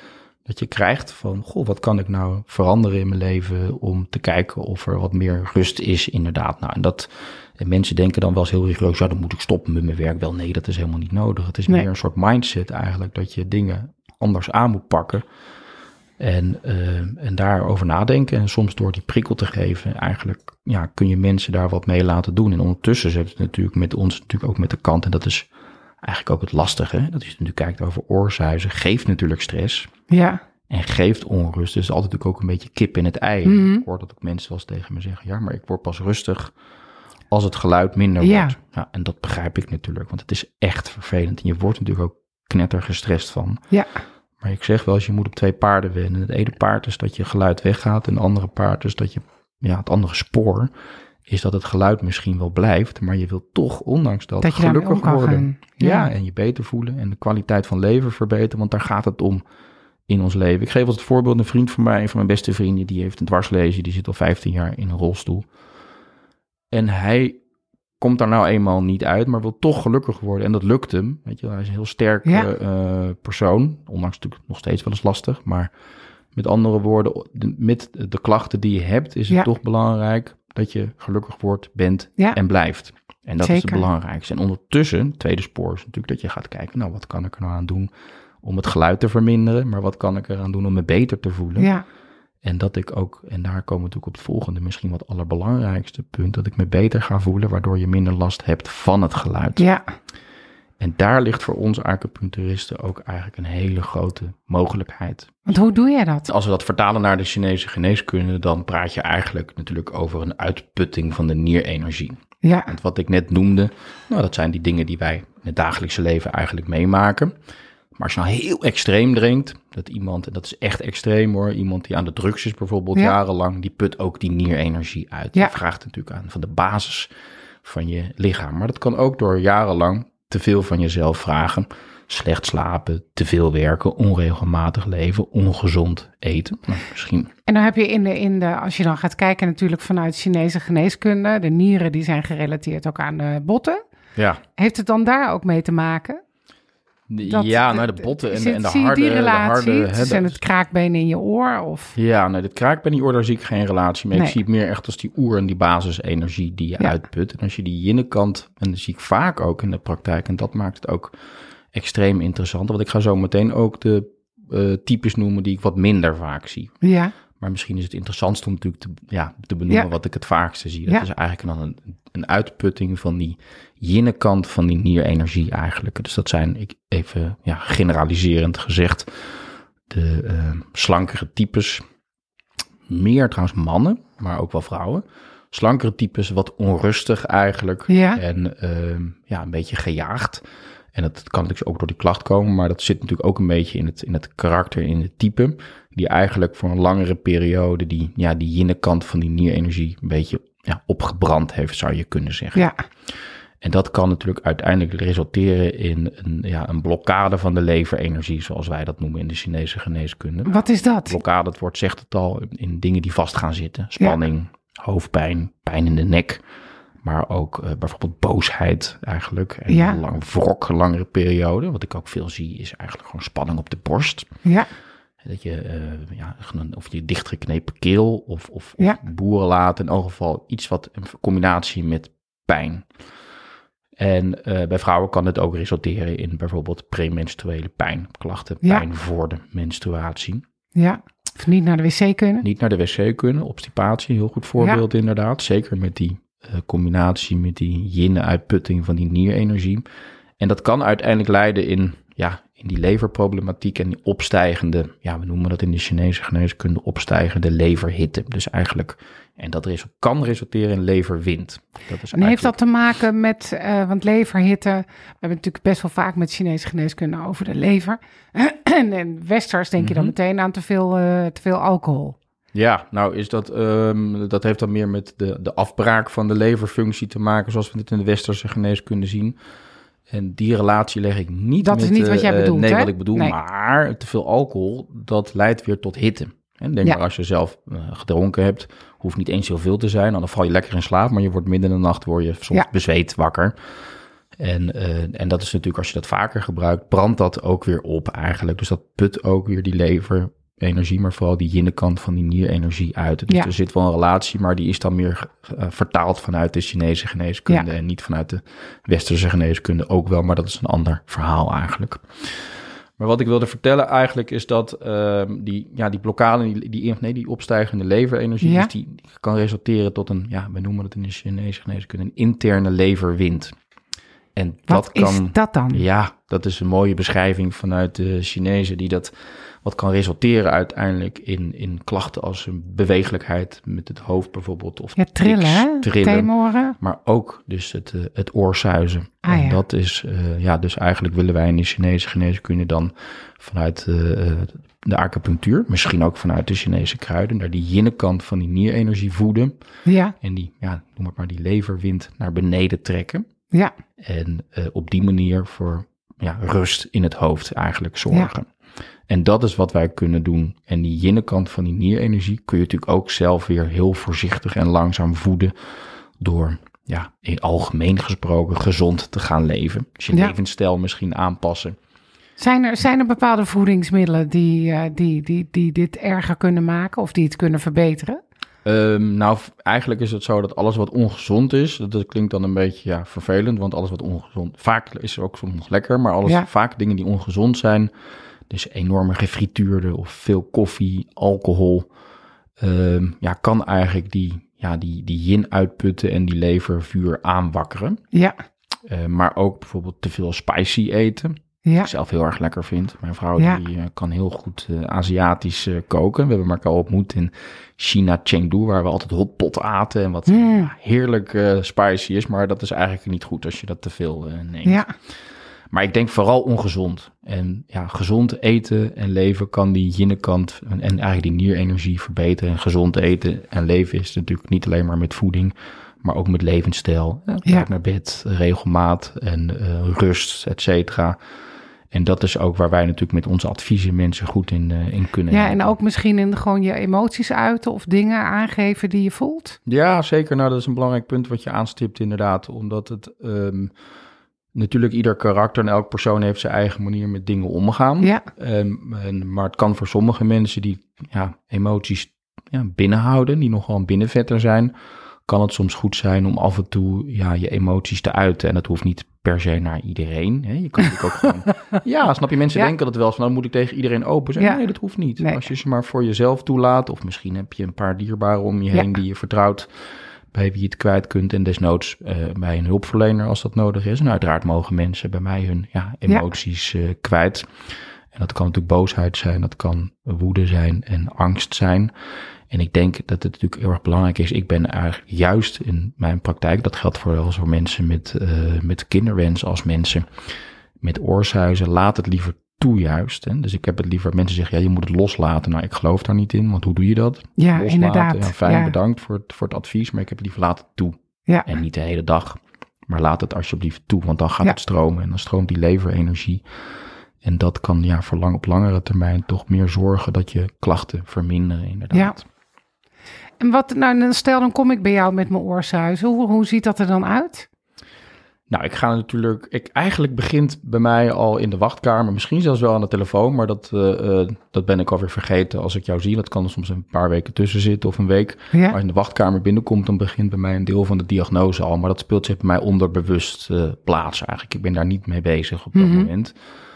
dat je krijgt van, goh, wat kan ik nou veranderen in mijn leven om te kijken of er wat meer rust is inderdaad. Nou, en dat, en mensen denken dan wel eens heel rigoureus, ja, dan moet ik stoppen met mijn werk. Wel, nee, dat is helemaal niet nodig. Het is Nee. meer een soort mindset eigenlijk, dat je dingen anders aan moet pakken. En, uh, en daarover nadenken. En soms door die prikkel te geven, eigenlijk ja, kun je mensen daar wat mee laten doen. En ondertussen zit het natuurlijk met ons natuurlijk ook met de kant. En dat is eigenlijk ook het lastige. Hè? Dat is natuurlijk kijkt over oorsuizen. Geeft natuurlijk stress. Ja. En geeft onrust. Dus altijd natuurlijk ook een beetje kip in het ei. Mm-hmm. Ik hoor dat ook mensen wel eens tegen me zeggen. Ja, maar ik word pas rustig als het geluid minder Ja. wordt. Ja, en dat begrijp ik natuurlijk. Want het is echt vervelend. En je wordt natuurlijk ook knetter gestrest van. Ja. Maar ik zeg wel eens, je moet op twee paarden winnen. Het ene paard is dat je geluid weggaat. En het andere paard is dat je, ja, het andere spoor is dat het geluid misschien wel blijft. Maar je wilt toch, ondanks dat, Dat je daarmee gelukkig om kan worden. gaan. Ja. Ja. en je beter voelen en de kwaliteit van leven verbeteren. Want daar gaat het om in ons leven. Ik geef als het voorbeeld een vriend van mij, een van mijn beste vrienden. Die heeft een dwarslesie, die zit al vijftien jaar in een rolstoel. En hij komt daar nou eenmaal niet uit, maar wil toch gelukkig worden. En dat lukt hem. Weet je, hij is een heel sterke Ja. uh, persoon. Ondanks natuurlijk nog steeds wel eens lastig. Maar met andere woorden, de, met de klachten die je hebt, is het Ja. toch belangrijk dat je gelukkig wordt, bent Ja. en blijft. En dat is Zeker. het belangrijkste. En ondertussen, het tweede spoor is natuurlijk dat je gaat kijken, nou, wat kan ik er nou aan doen om het geluid te verminderen? Maar wat kan ik eraan doen om me beter te voelen? Ja. En dat ik ook, en daar komen we natuurlijk op het volgende, misschien wat allerbelangrijkste punt, dat ik me beter ga voelen, waardoor je minder last hebt van het geluid. Ja. En daar ligt voor ons acupuncturisten ook eigenlijk een hele grote mogelijkheid. Want hoe doe jij dat? Als we dat vertalen naar de Chinese geneeskunde, dan praat je eigenlijk natuurlijk over een uitputting van de nierenergie. Ja. Want wat ik net noemde, nou, dat zijn die dingen die wij in het dagelijkse leven eigenlijk meemaken. Maar als je nou heel extreem drinkt, dat iemand, en dat is echt extreem hoor, iemand die aan de drugs is bijvoorbeeld Ja. jarenlang, die put ook die nierenergie uit. Ja. Die vraagt natuurlijk aan van de basis van je lichaam. Maar dat kan ook door jarenlang te veel van jezelf vragen. Slecht slapen, te veel werken, onregelmatig leven, ongezond eten. Nou, misschien. En dan heb je in de, in de, als je dan gaat kijken natuurlijk vanuit Chinese geneeskunde, de nieren die zijn gerelateerd ook aan de botten. Ja, Heeft het dan daar ook mee te maken? Dat- ja, nou de botten en, Zie- en de zie je harde... die de relatie? harde hè, Zijn de- het kraakbeen in je oor? Of? Ja, nee, dit kraakbeen daar zie ik geen relatie mee. Nee. Ik zie het meer echt als die oer- en die basisenergie die je Ja. uitput. En als je die yin-kant, en dat zie ik vaak ook in de praktijk, en dat maakt het ook extreem interessant. Want ik ga zo meteen ook de uh, types noemen die ik wat minder vaak zie. Ja. Maar misschien is het interessantst om natuurlijk te, ja, te benoemen Ja. wat ik het vaakste zie. Dat Ja. is eigenlijk dan een, een uitputting van die yin-kant van die nierenergie eigenlijk. Dus dat zijn, ik even ja, generaliserend gezegd, de uh, slankere types. Meer trouwens mannen, maar ook wel vrouwen. Slankere types, wat onrustig eigenlijk. Ja. En uh, ja, een beetje gejaagd. En dat kan natuurlijk ook door die klacht komen, maar dat zit natuurlijk ook een beetje in het, in het karakter, in het type, die eigenlijk voor een langere periode die, ja, die yin-kant van die nierenergie een beetje ja, opgebrand heeft, zou je kunnen zeggen. Ja. En dat kan natuurlijk uiteindelijk resulteren in een, ja, een blokkade van de leverenergie, zoals wij dat noemen in de Chinese geneeskunde. Wat is dat? Blokkade, het woord zegt het al, in dingen die vast gaan zitten. Spanning, hoofdpijn, pijn in de nek. Maar ook uh, bijvoorbeeld boosheid eigenlijk. En Ja. een lang wrok, een langere periode. Wat ik ook veel zie is eigenlijk gewoon spanning op de borst. Ja. Dat je, uh, ja, of je dichtgeknepen keel of, of, Ja. of boerenlaat. In elk geval iets wat in combinatie met pijn. En uh, bij vrouwen kan het ook resulteren in bijvoorbeeld premenstruele pijn. Klachten, Ja. pijn voor de menstruatie. Ja. Of niet naar de wc kunnen? Niet naar de wc kunnen, obstipatie, heel goed voorbeeld inderdaad. Zeker met die uh, combinatie met die yin-uitputting van die nierenergie. En dat kan uiteindelijk leiden in, ja, in die leverproblematiek en die opstijgende, ja, we noemen dat in de Chinese geneeskunde opstijgende leverhitte. Dus eigenlijk, en dat res- kan resulteren in leverwind. Dat is En heeft dat eigenlijk- te maken met, uh, want leverhitte, we hebben natuurlijk best wel vaak met Chinese geneeskunde over de lever. en in westers denk je dan Mhm. meteen aan te veel, uh, te veel alcohol. Ja, nou is dat, um, dat heeft dan meer met de, de afbraak van de leverfunctie te maken, zoals we het in de westerse geneeskunde zien. En die relatie leg ik niet Dat met... is niet wat jij uh, bedoelt, Nee, hè? wat ik bedoel, Nee. maar te veel alcohol, dat leidt weer tot hitte. En denk Ja. maar als je zelf uh, gedronken hebt, hoeft niet eens heel veel te zijn, dan val je lekker in slaap, maar je wordt midden in de nacht, word je soms Ja. bezweet wakker. En, uh, en dat is natuurlijk, als je dat vaker gebruikt, brandt dat ook weer op eigenlijk. Dus dat put ook weer die lever energie, maar vooral die yin-kant van die nierenergie uit. Dus ja. er zit wel een relatie, maar die is dan meer uh, vertaald vanuit de Chinese geneeskunde ja. en niet vanuit de westerse geneeskunde ook wel, maar dat is een ander verhaal eigenlijk. Maar wat ik wilde vertellen eigenlijk is dat uh, die, ja, die blokkade, die, die, nee, die opstijgende leverenergie, ja. dus die, die kan resulteren tot een, ja, we noemen het in de Chinese geneeskunde, een interne leverwind. En wat dat kan, is dat dan? Ja, dat is een mooie beschrijving vanuit de Chinezen, die dat, wat kan resulteren uiteindelijk in, in klachten als een beweeglijkheid met het hoofd bijvoorbeeld. Of ja, trillen, tics, hè? trillen, Theemoren. maar ook dus het, uh, het oorsuizen. Ah, en ja. dat is, uh, ja, dus eigenlijk willen wij in de Chinese geneeskunde dan vanuit uh, de acupunctuur, misschien ook vanuit de Chinese kruiden, naar die yin-kant van die nierenergie voeden. Ja. En die, ja, noem het maar, die leverwind naar beneden trekken. Ja. En uh, op die manier voor ja, rust in het hoofd eigenlijk zorgen. Ja. En dat is wat wij kunnen doen. En die yin-kant van die nierenergie kun je natuurlijk ook zelf weer heel voorzichtig en langzaam voeden door, ja, in algemeen gesproken gezond te gaan leven. Dus je ja. levensstijl misschien aanpassen. Zijn er, zijn er bepaalde voedingsmiddelen die, uh, die, die, die dit erger kunnen maken of die het kunnen verbeteren? Um, nou, eigenlijk is het zo dat alles wat ongezond is, dat, dat klinkt dan een beetje ja, vervelend, want alles wat ongezond, vaak is er ook soms nog lekker, maar alles, ja. vaak dingen die ongezond zijn, dus enorme gefrituurde of veel koffie, alcohol, um, ja, kan eigenlijk die, ja, die, die yin uitputten en die levervuur aanwakkeren. Ja. Uh, maar ook bijvoorbeeld te veel spicy eten. Ja. Die ik zelf heel erg lekker vind. Mijn vrouw ja. die uh, kan heel goed uh, Aziatisch uh, koken. We hebben elkaar ontmoet in China, Chengdu, waar we altijd hotpot aten. En wat mm. ja, heerlijk uh, spicy is. Maar dat is eigenlijk niet goed als je dat te veel uh, neemt. Ja. Maar ik denk vooral ongezond. En ja, gezond eten en leven kan die yin-kant en, en eigenlijk die nierenergie verbeteren. En gezond eten en leven is natuurlijk niet alleen maar met voeding, maar ook met levensstijl. Ja, ja. Naar bed, regelmaat en uh, rust, et cetera. En dat is ook waar wij natuurlijk met onze adviezen mensen goed in, uh, in kunnen Ja, helpen. en ook misschien in gewoon je emoties uiten of dingen aangeven die je voelt? Ja, zeker. Nou, dat is een belangrijk punt wat je aanstipt inderdaad. Omdat het um, natuurlijk ieder karakter en elk persoon heeft zijn eigen manier met dingen omgaan. Ja. Um, en, maar het kan voor sommige mensen die ja, emoties ja, binnenhouden, die nogal een binnenvetter zijn, kan het soms goed zijn om af en toe ja, je emoties te uiten. En dat hoeft niet per se naar iedereen. Hè? Je kan natuurlijk ook gewoon... Ja, snap je? Mensen ja. denken dat wel eens van, dan moet ik tegen iedereen open zijn. Ja. Nee, dat hoeft niet. Nee. Als je ze maar voor jezelf toelaat, of misschien heb je een paar dierbaren om je heen ja. die je vertrouwt, bij wie je het kwijt kunt. En desnoods uh, bij een hulpverlener als dat nodig is. En uiteraard mogen mensen bij mij hun ja, emoties ja. uh, kwijt. En dat kan natuurlijk boosheid zijn, dat kan woede zijn en angst zijn. En ik denk dat het natuurlijk heel erg belangrijk is. Ik ben eigenlijk juist in mijn praktijk, dat geldt vooral voor mensen met, uh, met kinderwens als mensen met oorsuizen, laat het liever toe juist. Hè? Dus ik heb het liever, mensen zeggen, ja, je moet het loslaten. Nou, ik geloof daar niet in, want hoe doe je dat? Ja, loslaten. inderdaad. Ja, fijn, ja. bedankt voor het, voor het advies, maar ik heb het liever laat het toe. Ja. En niet de hele dag, maar laat het alsjeblieft toe, want dan gaat ja. het stromen en dan stroomt die leverenergie. En dat kan ja, voor lang, op langere termijn toch meer zorgen dat je klachten verminderen, inderdaad. Ja. En wat, nou, stel dan kom ik bij jou met mijn oorsuizen. Hoe, hoe ziet dat er dan uit? Nou, ik ga natuurlijk, ik, eigenlijk begint bij mij al in de wachtkamer, misschien zelfs wel aan de telefoon, maar dat, uh, uh, dat ben ik alweer vergeten als ik jou zie. Dat kan er soms een paar weken tussen zitten of een week. Ja. Als je in de wachtkamer binnenkomt, dan begint bij mij een deel van de diagnose al, maar dat speelt zich bij mij onderbewust uh, plaats eigenlijk. Ik ben daar niet mee bezig op dat mm-hmm. moment.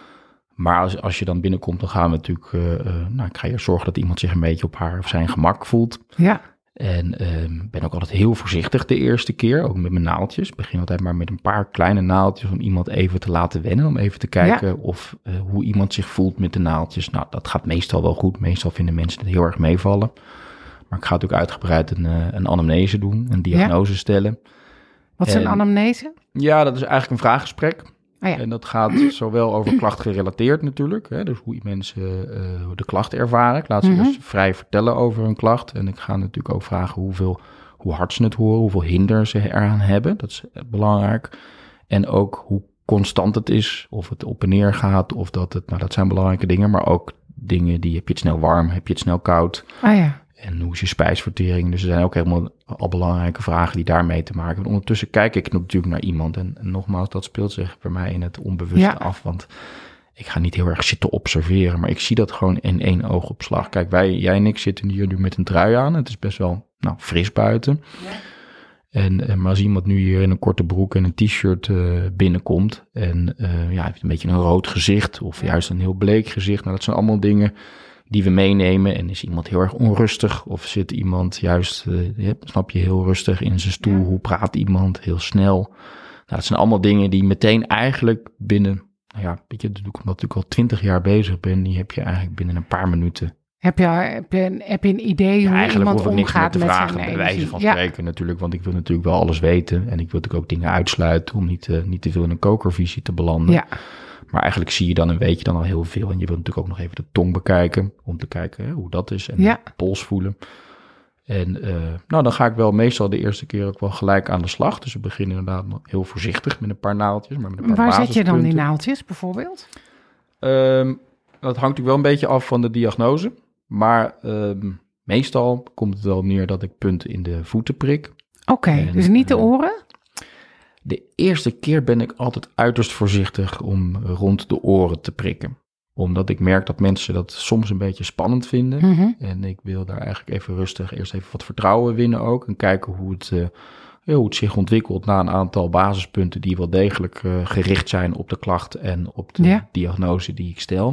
Maar als, als je dan binnenkomt, dan gaan we natuurlijk, uh, uh, nou, ik ga je zorgen dat iemand zich een beetje op haar of zijn gemak voelt. Ja. En uh, ben ook altijd heel voorzichtig de eerste keer, ook met mijn naaldjes. Ik begin altijd maar met een paar kleine naaldjes om iemand even te laten wennen. Om even te kijken ja. of uh, hoe iemand zich voelt met de naaldjes. Nou, dat gaat meestal wel goed. Meestal vinden mensen het heel erg meevallen. Maar ik ga natuurlijk uitgebreid een, uh, een anamnese doen, een diagnose ja. stellen. Wat is en, een anamnese? Ja, dat is eigenlijk een vraaggesprek. Oh ja. En dat gaat zowel over klacht gerelateerd natuurlijk. Hè, dus hoe mensen uh, de klacht ervaren. Ik laat ze mm-hmm. dus vrij vertellen over hun klacht. En ik ga natuurlijk ook vragen hoeveel, hoe hard ze het horen. Hoeveel hinder ze eraan hebben. Dat is belangrijk. En ook hoe constant het is. Of het op en neer gaat. Of dat het, nou dat zijn belangrijke dingen. Maar ook dingen die, heb je het snel warm? Heb je het snel koud? Oh ja. En hoe is je spijsvertering? Dus er zijn ook helemaal al belangrijke vragen die daarmee te maken hebben. Ondertussen kijk ik natuurlijk naar iemand. En, en nogmaals, dat speelt zich bij mij in het onbewuste ja. af. Want ik ga niet heel erg zitten observeren, maar ik zie dat gewoon in één oogopslag. Kijk, wij, jij en ik zitten hier nu met een trui aan. Het is best wel nou, fris buiten. Ja. En, en maar als iemand nu hier in een korte broek en een t-shirt uh, binnenkomt en uh, ja, heeft een beetje een rood gezicht of ja. juist een heel bleek gezicht. Nou, dat zijn allemaal dingen die we meenemen. En is iemand heel erg onrustig of zit iemand juist, uh, ja, snap je, heel rustig in zijn stoel? Ja. Hoe praat iemand? Heel snel. Nou, dat zijn allemaal dingen die meteen eigenlijk binnen, nou ja, weet je, omdat ik al twintig jaar bezig ben, die heb je eigenlijk binnen een paar minuten. Heb je, heb, je een, heb je een idee hoe ja, iemand omgaat met vragen, zijn bij energie? wijze van spreken ja. natuurlijk, want ik wil natuurlijk wel alles weten. En ik wil natuurlijk ook dingen uitsluiten om niet, uh, niet te veel in een kokervisie te belanden. Ja. Maar eigenlijk zie je dan en weet je dan al heel veel. En je wilt natuurlijk ook nog even de tong bekijken, om te kijken hè, hoe dat is. En ja. de pols voelen. En uh, nou, dan ga ik wel meestal de eerste keer ook wel gelijk aan de slag. Dus we beginnen inderdaad heel voorzichtig met een paar naaldjes. Maar met een paar Waar zet je dan die naaldjes bijvoorbeeld? Um, dat hangt natuurlijk wel een beetje af van de diagnose. Maar um, meestal komt het wel neer dat ik punten in de voeten prik. Oké, okay, dus niet de oren? De eerste keer ben ik altijd uiterst voorzichtig om rond de oren te prikken. Omdat ik merk dat mensen dat soms een beetje spannend vinden. Mm-hmm. En ik wil daar eigenlijk even rustig eerst even wat vertrouwen winnen ook. En kijken hoe het, uh, hoe het zich ontwikkelt na een aantal basispunten die wel degelijk uh, gericht zijn op de klacht en op de ja. diagnose die ik stel.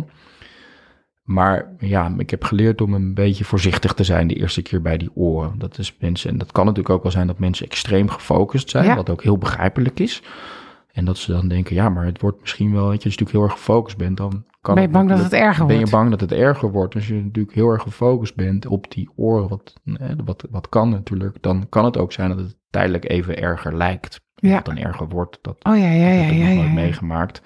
Maar ja, ik heb geleerd om een beetje voorzichtig te zijn de eerste keer bij die oren. Dat is mensen, en dat kan natuurlijk ook wel zijn dat mensen extreem gefocust zijn, ja. wat ook heel begrijpelijk is. En dat ze dan denken, ja, maar het wordt misschien wel, weet je, als je natuurlijk heel erg gefocust bent, dan kan ben je bang dat het erger wordt. Ben je bang dat het erger wordt. Als je natuurlijk heel erg gefocust bent op die oren, wat, wat, wat kan natuurlijk, dan kan het ook zijn dat het tijdelijk even erger lijkt. Ja. Of het dan erger wordt, dat, oh, ja, ja, ja, dat heb ik ja, nog ja, nooit ja. meegemaakt.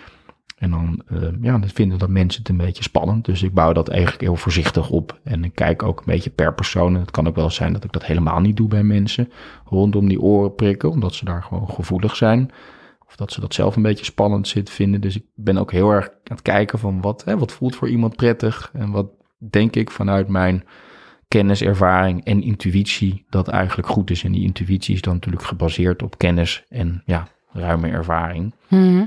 En dan, uh, ja, dan vinden dat mensen het een beetje spannend. Dus ik bouw dat eigenlijk heel voorzichtig op. En ik kijk ook een beetje per persoon. En het kan ook wel zijn dat ik dat helemaal niet doe bij mensen. Rondom die oren prikken, omdat ze daar gewoon gevoelig zijn. Of dat ze dat zelf een beetje spannend zit vinden. Dus ik ben ook heel erg aan het kijken van wat, hè, wat voelt voor iemand prettig. En wat denk ik vanuit mijn kennis, ervaring en intuïtie dat eigenlijk goed is. En die intuïtie is dan natuurlijk gebaseerd op kennis en ja, ruime ervaring. Mm-hmm.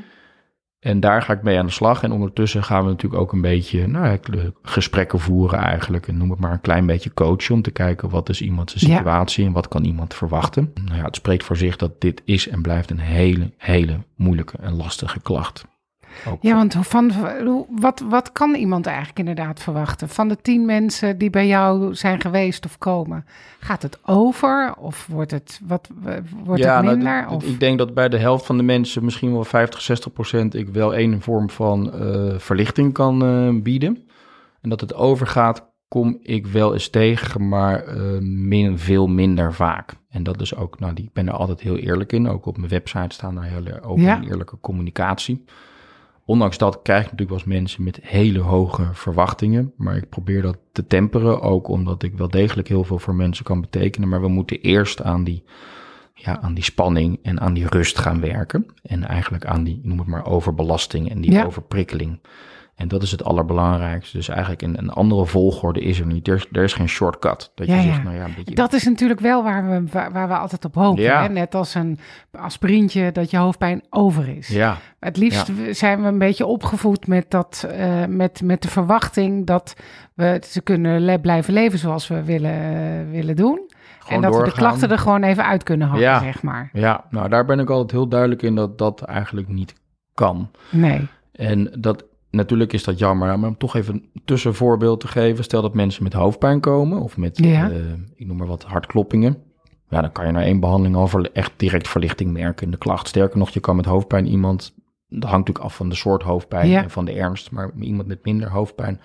En daar ga ik mee aan de slag. En ondertussen gaan we natuurlijk ook een beetje nou, gesprekken voeren eigenlijk. En noem het maar een klein beetje coachen om te kijken wat is iemands situatie ja. en wat kan iemand verwachten. Nou ja, het spreekt voor zich dat dit is en blijft een hele, hele moeilijke en lastige klacht. Ook ja, want van, wat, wat kan iemand eigenlijk inderdaad verwachten? Van de tien mensen die bij jou zijn geweest of komen, gaat het over of wordt het, wat, wordt ja, het minder? Nou, of? Ik denk dat bij de helft van de mensen, misschien wel vijftig, zestig procent, ik wel een vorm van uh, verlichting kan uh, bieden. En dat het overgaat, kom ik wel eens tegen, maar uh, min, veel minder vaak. En dat is ook, nou, die, ik ben er altijd heel eerlijk in. Ook op mijn website staan daar hele open ja. en eerlijke communicatie. Ondanks dat krijg ik natuurlijk wel eens mensen met hele hoge verwachtingen. Maar ik probeer dat te temperen, ook omdat ik wel degelijk heel veel voor mensen kan betekenen. Maar we moeten eerst aan die, ja, aan die spanning en aan die rust gaan werken. En eigenlijk aan die, noem het maar, overbelasting en die ja. overprikkeling. En dat is het allerbelangrijkste. Dus eigenlijk een, een andere volgorde is er niet. Er is, er is geen shortcut. Dat, je ja, zegt, ja. Nou ja, een beetje... dat is natuurlijk wel waar we, waar, waar we altijd op hopen. Ja. Hè? Net als een aspirintje dat je hoofdpijn over is. Ja. Het liefst ja. zijn we een beetje opgevoed met, dat, uh, met, met de verwachting dat we ze kunnen le- blijven leven zoals we willen, uh, willen doen. Gewoon en dat doorgaan. We de klachten er gewoon even uit kunnen hakken, ja. zeg maar. Ja, nou daar ben ik altijd heel duidelijk in dat dat eigenlijk niet kan. Nee. En dat... Natuurlijk is dat jammer, maar om toch even een tussenvoorbeeld te geven. Stel dat mensen met hoofdpijn komen of met, ja. uh, ik noem maar wat, hartkloppingen. Ja, dan kan je na één behandeling al ver, echt direct verlichting merken in de klacht. Sterker nog, je kan met hoofdpijn iemand, dat hangt natuurlijk af van de soort hoofdpijn ja. en van de ernst. Maar iemand met minder hoofdpijn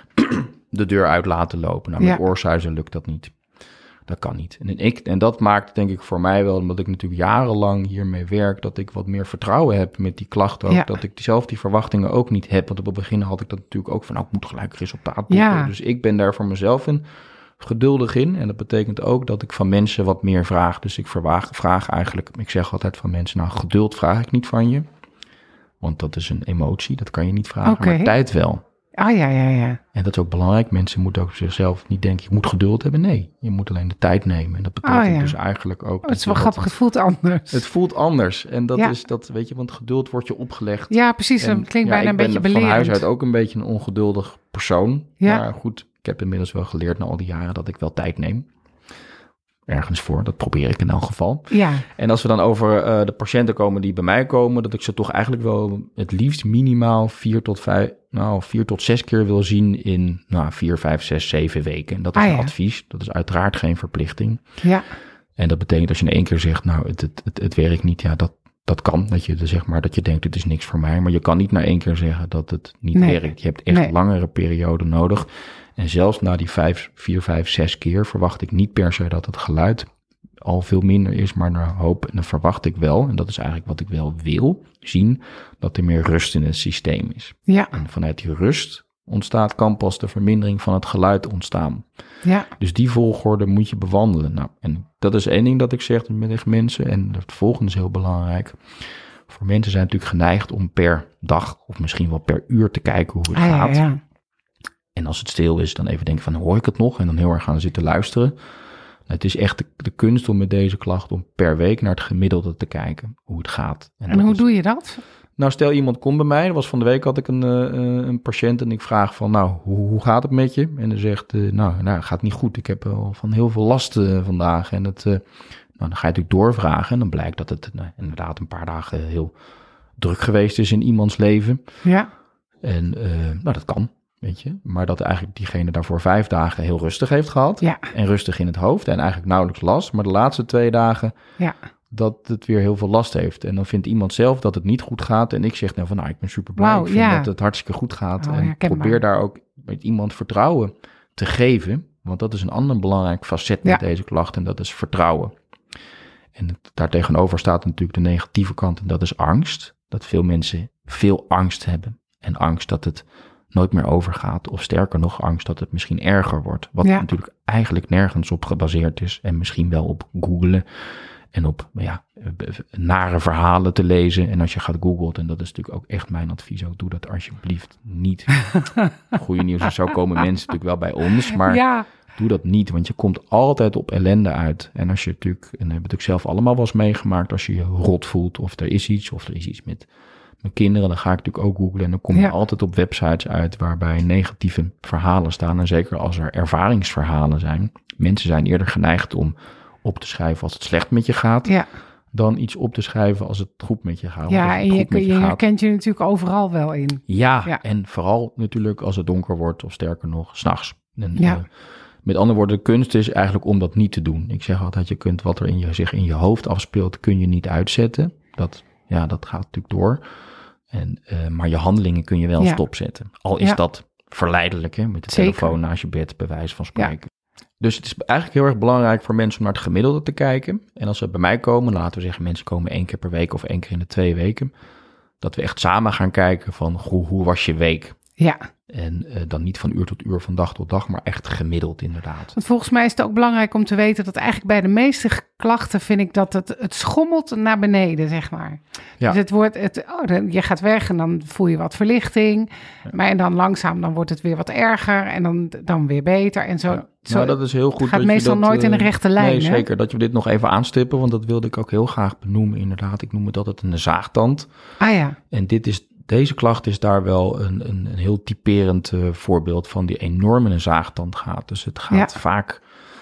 de deur uit laten lopen. Nou, met ja. oorsuizen lukt dat niet. Dat kan niet. En, ik, en dat maakt denk ik voor mij wel, omdat ik natuurlijk jarenlang hiermee werk, dat ik wat meer vertrouwen heb met die klachten ook. Ja. Dat ik zelf die verwachtingen ook niet heb. Want op het begin had ik dat natuurlijk ook van, nou, ik moet gelijk resultaat boeken. Ja. Dus ik ben daar voor mezelf in geduldig in. En dat betekent ook dat ik van mensen wat meer vraag. Dus ik vraag, vraag eigenlijk, ik zeg altijd van mensen, nou, geduld vraag ik niet van je. Want dat is een emotie, dat kan je niet vragen. Okay. Maar tijd wel. Ah, ja, ja, ja. En dat is ook belangrijk. Mensen moeten ook zichzelf niet denken, je moet geduld hebben. Nee, je moet alleen de tijd nemen. En dat betekent oh, ja. dus eigenlijk ook... Oh, het is wel grappig, het voelt anders. Het voelt anders. En dat ja. is dat, weet je, want geduld wordt je opgelegd. Ja, precies. Dat klinkt ja, bijna een beetje belerend. Ik ben van huis uit ook een beetje een ongeduldig persoon. Ja. Maar goed, ik heb inmiddels wel geleerd na al die jaren dat ik wel tijd neem. Ergens voor, dat probeer ik in elk geval. Ja. En als we dan over uh, de patiënten komen die bij mij komen, dat ik ze toch eigenlijk wel het liefst minimaal vier tot vijf, nou vier tot zes keer wil zien in nou, vier, vijf, zes, zeven weken. En dat is ah, een ja. advies. Dat is uiteraard geen verplichting. Ja. En dat betekent als je in één keer zegt, nou het, het, het, het werkt niet, ja dat, dat kan. Dat je zeg maar dat je denkt, het is niks voor mij. Maar je kan niet na één keer zeggen dat het niet nee. werkt. Je hebt echt nee. langere perioden nodig. En zelfs na die vijf, vier, vijf, zes keer verwacht ik niet per se dat het geluid al veel minder is, maar naar hoop, en dan verwacht ik wel, en dat is eigenlijk wat ik wel wil zien, dat er meer rust in het systeem is. Ja. En vanuit die rust ontstaat, kan pas de vermindering van het geluid ontstaan. Ja. Dus die volgorde moet je bewandelen. Nou, en dat is één ding dat ik zeg met mensen, en het volgende is heel belangrijk. Voor mensen zijn natuurlijk geneigd om per dag, of misschien wel per uur te kijken hoe het ah, gaat. Ja, ja. En als het stil is, dan even denken van, hoor ik het nog? En dan heel erg gaan zitten luisteren. Het is echt de, de kunst om met deze klacht om per week naar het gemiddelde te kijken, hoe het gaat. En, en hoe is, doe je dat? Nou, stel iemand komt bij mij, dat was van de week had ik een, uh, een patiënt en ik vraag van, nou, hoe, hoe gaat het met je? En dan zegt, uh, nou, nou, gaat niet goed. Ik heb wel van heel veel last uh, vandaag. En het, uh, nou, dan ga je natuurlijk doorvragen en dan blijkt dat het nou, inderdaad een paar dagen heel druk geweest is in iemands leven. Ja. En uh, nou, dat kan. Weet je, maar dat eigenlijk diegene daarvoor vijf dagen heel rustig heeft gehad. Ja. En rustig in het hoofd en eigenlijk nauwelijks last. Maar de laatste twee dagen ja. dat het weer heel veel last heeft. En dan vindt iemand zelf dat het niet goed gaat. En ik zeg nou van nou, ik ben super blij. Wow, ik vind ja. dat het hartstikke goed gaat. Oh, en ja, probeer maar. daar ook met iemand vertrouwen te geven. Want dat is een ander belangrijk facet met ja. deze klacht. En dat is vertrouwen. En het, daartegenover staat natuurlijk de negatieve kant. En dat is angst. Dat veel mensen veel angst hebben. En angst dat het nooit meer overgaat. Of sterker nog, angst dat het misschien erger wordt. Wat ja. natuurlijk eigenlijk nergens op gebaseerd is. En misschien wel op googlen. En op ja, nare verhalen te lezen. En als je gaat googlen, en dat is natuurlijk ook echt mijn advies. Ook doe dat alsjeblieft niet. Goeie nieuws is, zo komen mensen natuurlijk wel bij ons. Maar ja. doe dat niet. Want je komt altijd op ellende uit. En als je natuurlijk, en dat hebben we natuurlijk zelf allemaal wel eens meegemaakt. Als je je rot voelt of er is iets. Of er is iets met mijn kinderen. Dan ga ik natuurlijk ook googlen. En dan kom je ja. altijd op websites uit waarbij negatieve verhalen staan. En zeker als er ervaringsverhalen zijn. Mensen zijn eerder geneigd om op te schrijven als het slecht met je gaat, ja. dan iets op te schrijven als het goed met je gaat. Ja, en je, je, je herkent je natuurlijk overal wel in. Ja, ja, en vooral natuurlijk als het donker wordt, of sterker nog, 's nachts. En, ja. uh, met andere woorden, de kunst is eigenlijk om dat niet te doen. Ik zeg altijd, je kunt wat er in je, zich in je hoofd afspeelt, kun je niet uitzetten. Dat, ja, dat gaat natuurlijk door. En, uh, maar je handelingen kun je wel ja. stopzetten. Al is ja. dat verleidelijk, hè, met de Zeker. telefoon naast je bed, bij wijze van spreken. Ja. Dus het is eigenlijk heel erg belangrijk voor mensen om naar het gemiddelde te kijken. En als ze bij mij komen, laten we zeggen mensen komen één keer per week of één keer in de twee weken. Dat we echt samen gaan kijken van hoe, hoe was je week? Ja. En uh, dan niet van uur tot uur, van dag tot dag, maar echt gemiddeld inderdaad. Want volgens mij is het ook belangrijk om te weten dat eigenlijk bij de meeste klachten vind ik dat het, het schommelt naar beneden, zeg maar. Ja. Dus het wordt, het, oh, je gaat weg en dan voel je wat verlichting. Ja. Maar en dan langzaam, dan wordt het weer wat erger en dan, dan weer beter. En zo, ja. zo nou, dat is heel goed. Het gaat dat meestal je dat, nooit in een rechte lijn. Nee, hè? zeker. Dat je dit nog even aanstippen, want dat wilde ik ook heel graag benoemen inderdaad. Ik noem het altijd een zaagtand. Ah ja. En dit is... Deze klacht is daar wel een, een, een heel typerend uh, voorbeeld van die enorm in een zaagtand gaat. Dus het gaat ja. vaak,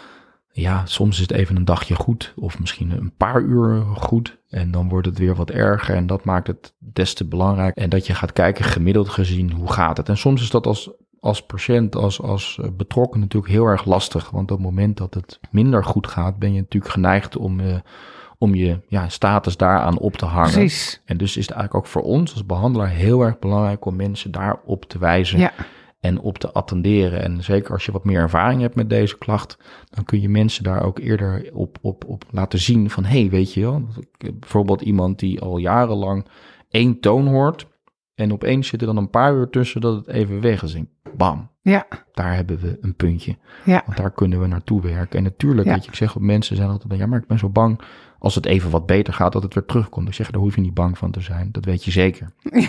ja, soms is het even een dagje goed of misschien een paar uur goed. En dan wordt het weer wat erger en dat maakt het des te belangrijk. En dat je gaat kijken gemiddeld gezien, hoe gaat het? En soms is dat als, als patiënt, als, als betrokken natuurlijk heel erg lastig. Want op het moment dat het minder goed gaat, ben je natuurlijk geneigd om... Uh, om je ja, status daaraan op te hangen. Precies. En dus is het eigenlijk ook voor ons als behandelaar heel erg belangrijk om mensen daarop te wijzen ja. en op te attenderen. En zeker als je wat meer ervaring hebt met deze klacht, dan kun je mensen daar ook eerder op, op, op laten zien van, hé, hey, weet je wel, bijvoorbeeld iemand die al jarenlang één toon hoort en opeens zit er dan een paar uur tussen dat het even weg is. En bam, ja. daar hebben we een puntje. Ja. Want daar kunnen we naartoe werken. En natuurlijk, ja. weet je, ik zeg op mensen zijn altijd, ja, maar ik ben zo bang als het even wat beter gaat, dat het weer terugkomt. Ik zeg, daar hoef je niet bang van te zijn. Dat weet je zeker.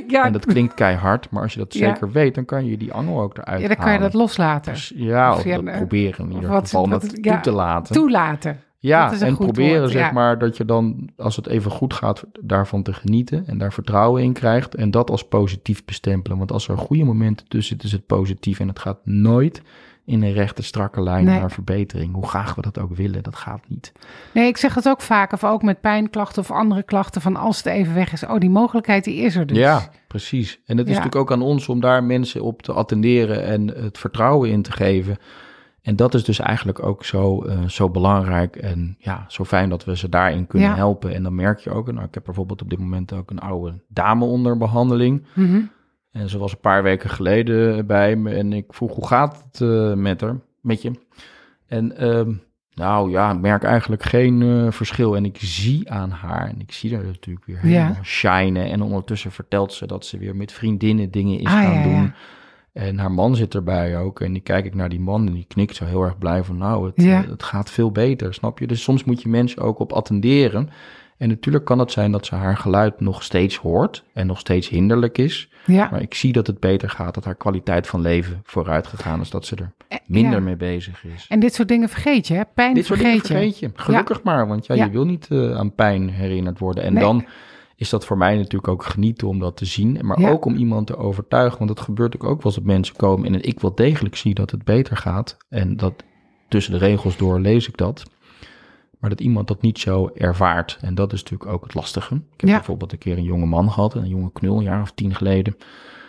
Ja. En dat klinkt keihard, maar als je dat Ja. zeker weet, dan kan je die angel ook eruit Ja, dan kan je dat loslaten. Dus, ja, of, Of ja, dat uh, proberen in ieder wat- geval wat- dat toe ja, te laten. Toelaten. Ja, Dat is een en goed proberen woord, zeg ja. maar dat je dan, als het even goed gaat, daarvan te genieten en daar vertrouwen in krijgt en dat als positief bestempelen. Want als er goede momenten tussen zitten, is het positief en het gaat nooit in een rechte, strakke lijn Nee. naar verbetering. Hoe graag we dat ook willen, dat gaat niet. Nee, ik zeg het ook vaak, of ook met pijnklachten of andere klachten, van als het even weg is. Oh, die mogelijkheid die is er dus. Ja, precies. En het is Ja. natuurlijk ook aan ons om daar mensen op te attenderen en het vertrouwen in te geven. En dat is dus eigenlijk ook zo, uh, zo belangrijk en ja, zo fijn dat we ze daarin kunnen Ja. helpen. En dan merk je ook, nou, ik heb bijvoorbeeld op dit moment ook een oude dame onder behandeling. Mhm. En ze was een paar weken geleden bij me en ik vroeg, hoe gaat het uh, met haar, met je? En uh, nou ja, ik merk eigenlijk geen uh, verschil. En ik zie aan haar, en ik zie haar natuurlijk weer helemaal Ja. shinen. En ondertussen vertelt ze dat ze weer met vriendinnen dingen is Ah, gaan ja, doen. ja. En haar man zit erbij ook. En die kijk ik naar die man en die knikt zo heel erg blij van, nou, het, Ja. uh, het gaat veel beter, snap je? Dus soms moet je mensen ook op attenderen. En natuurlijk kan het zijn dat ze haar geluid nog steeds hoort en nog steeds hinderlijk is. Ja. Maar ik zie dat het beter gaat, dat haar kwaliteit van leven vooruit gegaan is, dat ze er Eh, minder ja. mee bezig is. En dit soort dingen vergeet je, hè? Pijn Dit soort vergeet, dingen vergeet je. Gelukkig maar, want ja, Ja. je wil niet uh, aan pijn herinnerd worden. En Nee. dan is dat voor mij natuurlijk ook genieten om dat te zien. Maar Ja. ook om iemand te overtuigen, want het gebeurt ook wel eens dat mensen komen en ik wel degelijk zie dat het beter gaat. En dat tussen de regels door lees ik dat. Maar dat iemand dat niet zo ervaart. En dat is natuurlijk ook het lastige. Ik heb Ja. bijvoorbeeld een keer een jonge man gehad, een jonge knul, een jaar of tien geleden.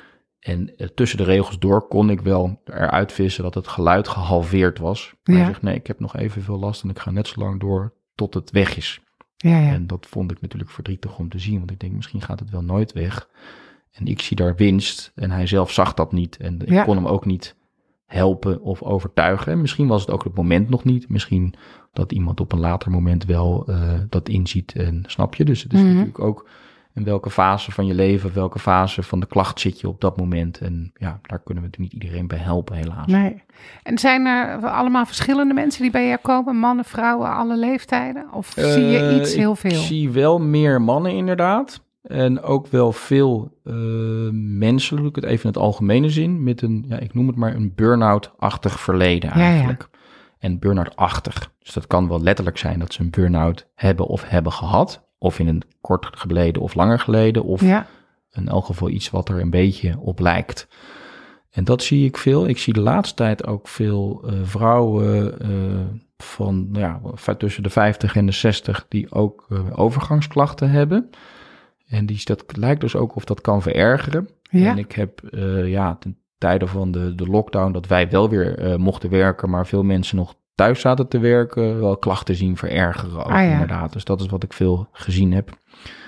En uh, tussen de regels door kon ik wel eruit vissen dat het geluid gehalveerd was. Maar Ja. hij zegt, nee, ik heb nog evenveel last en ik ga net zo lang door tot het weg is. Ja, ja. En dat vond ik natuurlijk verdrietig om te zien, want ik denk, misschien gaat het wel nooit weg. En ik zie daar winst en hij zelf zag dat niet. En ik Ja. kon hem ook niet helpen of overtuigen. En misschien was het ook het moment nog niet. Misschien dat iemand op een later moment wel uh, dat inziet en snap je. Dus het is Mhm. natuurlijk ook in welke fase van je leven, welke fase van de klacht zit je op dat moment. En ja, daar kunnen we natuurlijk niet iedereen bij helpen, helaas. Nee. En zijn er allemaal verschillende mensen die bij jou komen? Mannen, vrouwen, alle leeftijden? Of zie je Uh, iets heel veel? Ik zie wel meer mannen inderdaad. En ook wel veel uh, mensen, doe ik het even in het algemene zin, met een, ja, ik noem het maar een burn-out-achtig verleden Ja, ja. eigenlijk. En burn-out-achtig. Dus dat kan wel letterlijk zijn dat ze een burn-out hebben of hebben gehad. Of in een kort geleden of langer geleden. Of Ja, in elk geval iets wat er een beetje op lijkt. En dat zie ik veel. Ik zie de laatste tijd ook veel uh, vrouwen uh, van nou ja, tussen de vijftig en de zestig die ook uh, overgangsklachten hebben. En die, dat lijkt dus ook of dat kan verergeren. ja. En ik heb uh, ja, ten tijde van de, de lockdown dat wij wel weer uh, mochten werken, maar veel mensen nog thuis zaten te werken, wel klachten zien verergeren ook Ah, ja. inderdaad. Dus dat is wat ik veel gezien heb.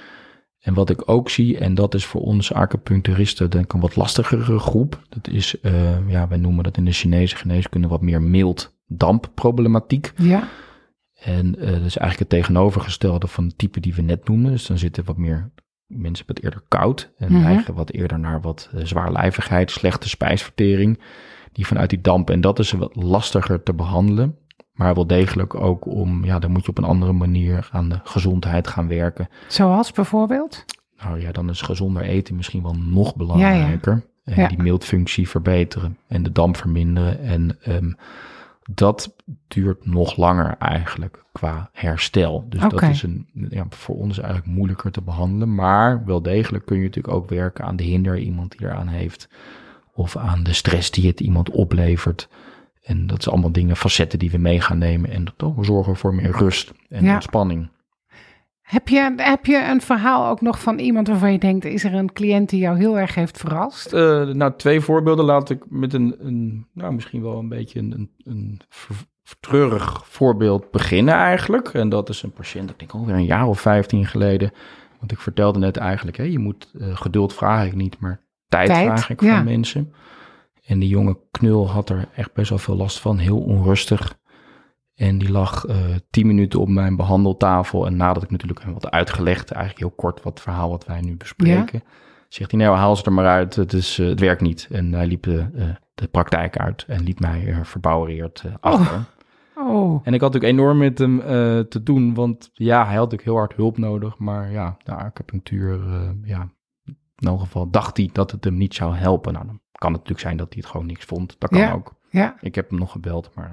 En wat ik ook zie, en dat is voor ons acupuncturisten denk ik een wat lastigere groep. Dat is, uh, ja, wij noemen dat in de Chinese geneeskunde wat meer mild dampproblematiek. ja. En uh, dat is eigenlijk het tegenovergestelde van het type die we net noemden. Dus dan zitten wat meer mensen wat eerder koud en Mhm. neigen wat eerder naar wat uh, zwaarlijvigheid, slechte spijsvertering. Die vanuit die damp, en dat is wat lastiger te behandelen. Maar wel degelijk ook om, ja, dan moet je op een andere manier aan de gezondheid gaan werken. Zoals bijvoorbeeld? Nou ja, dan is gezonder eten misschien wel nog belangrijker. Ja, ja. En Ja. die mildfunctie verbeteren en de damp verminderen. En um, dat duurt nog langer eigenlijk qua herstel. Dus Oké. dat is een, ja, voor ons eigenlijk moeilijker te behandelen. Maar wel degelijk kun je natuurlijk ook werken aan de hinder iemand die eraan heeft. Of aan de stress die het iemand oplevert. En dat zijn allemaal dingen, facetten die we mee gaan nemen. En dat zorgen voor meer rust en Ja. ontspanning. Heb je, heb je een verhaal ook nog van iemand waarvan je denkt, is er een cliënt die jou heel erg heeft verrast? Uh, nou, twee voorbeelden laat ik met een, een nou, misschien wel een beetje een, een, een ver, treurig voorbeeld beginnen eigenlijk. En dat is een patiënt, ik denk alweer een jaar of vijftien geleden. Want ik vertelde net eigenlijk, hè, je moet uh, geduld vraag ik niet, maar tijd, Tijd, vraag ik ja. van mensen. En die jonge knul had er echt best wel veel last van, heel onrustig. En die lag uh, tien minuten op mijn behandeltafel. En nadat ik natuurlijk hem wat uitgelegd, eigenlijk heel kort wat verhaal wat wij nu bespreken. Ja. Zegt hij, nou haal ze er maar uit, het, is, uh, het werkt niet. En hij liep de, uh, de praktijk uit en liet mij uh, verbouwereerd uh, achter. Oh. Oh. En ik had natuurlijk enorm met hem uh, te doen, want ja, hij had natuurlijk heel hard hulp nodig. Maar ja, de acupunctuur, uh, ja, in elk geval dacht hij dat het hem niet zou helpen. Nou, dan kan het natuurlijk zijn dat hij het gewoon niks vond. Dat kan Ja. ook. Ja. Ik heb hem nog gebeld. Maar...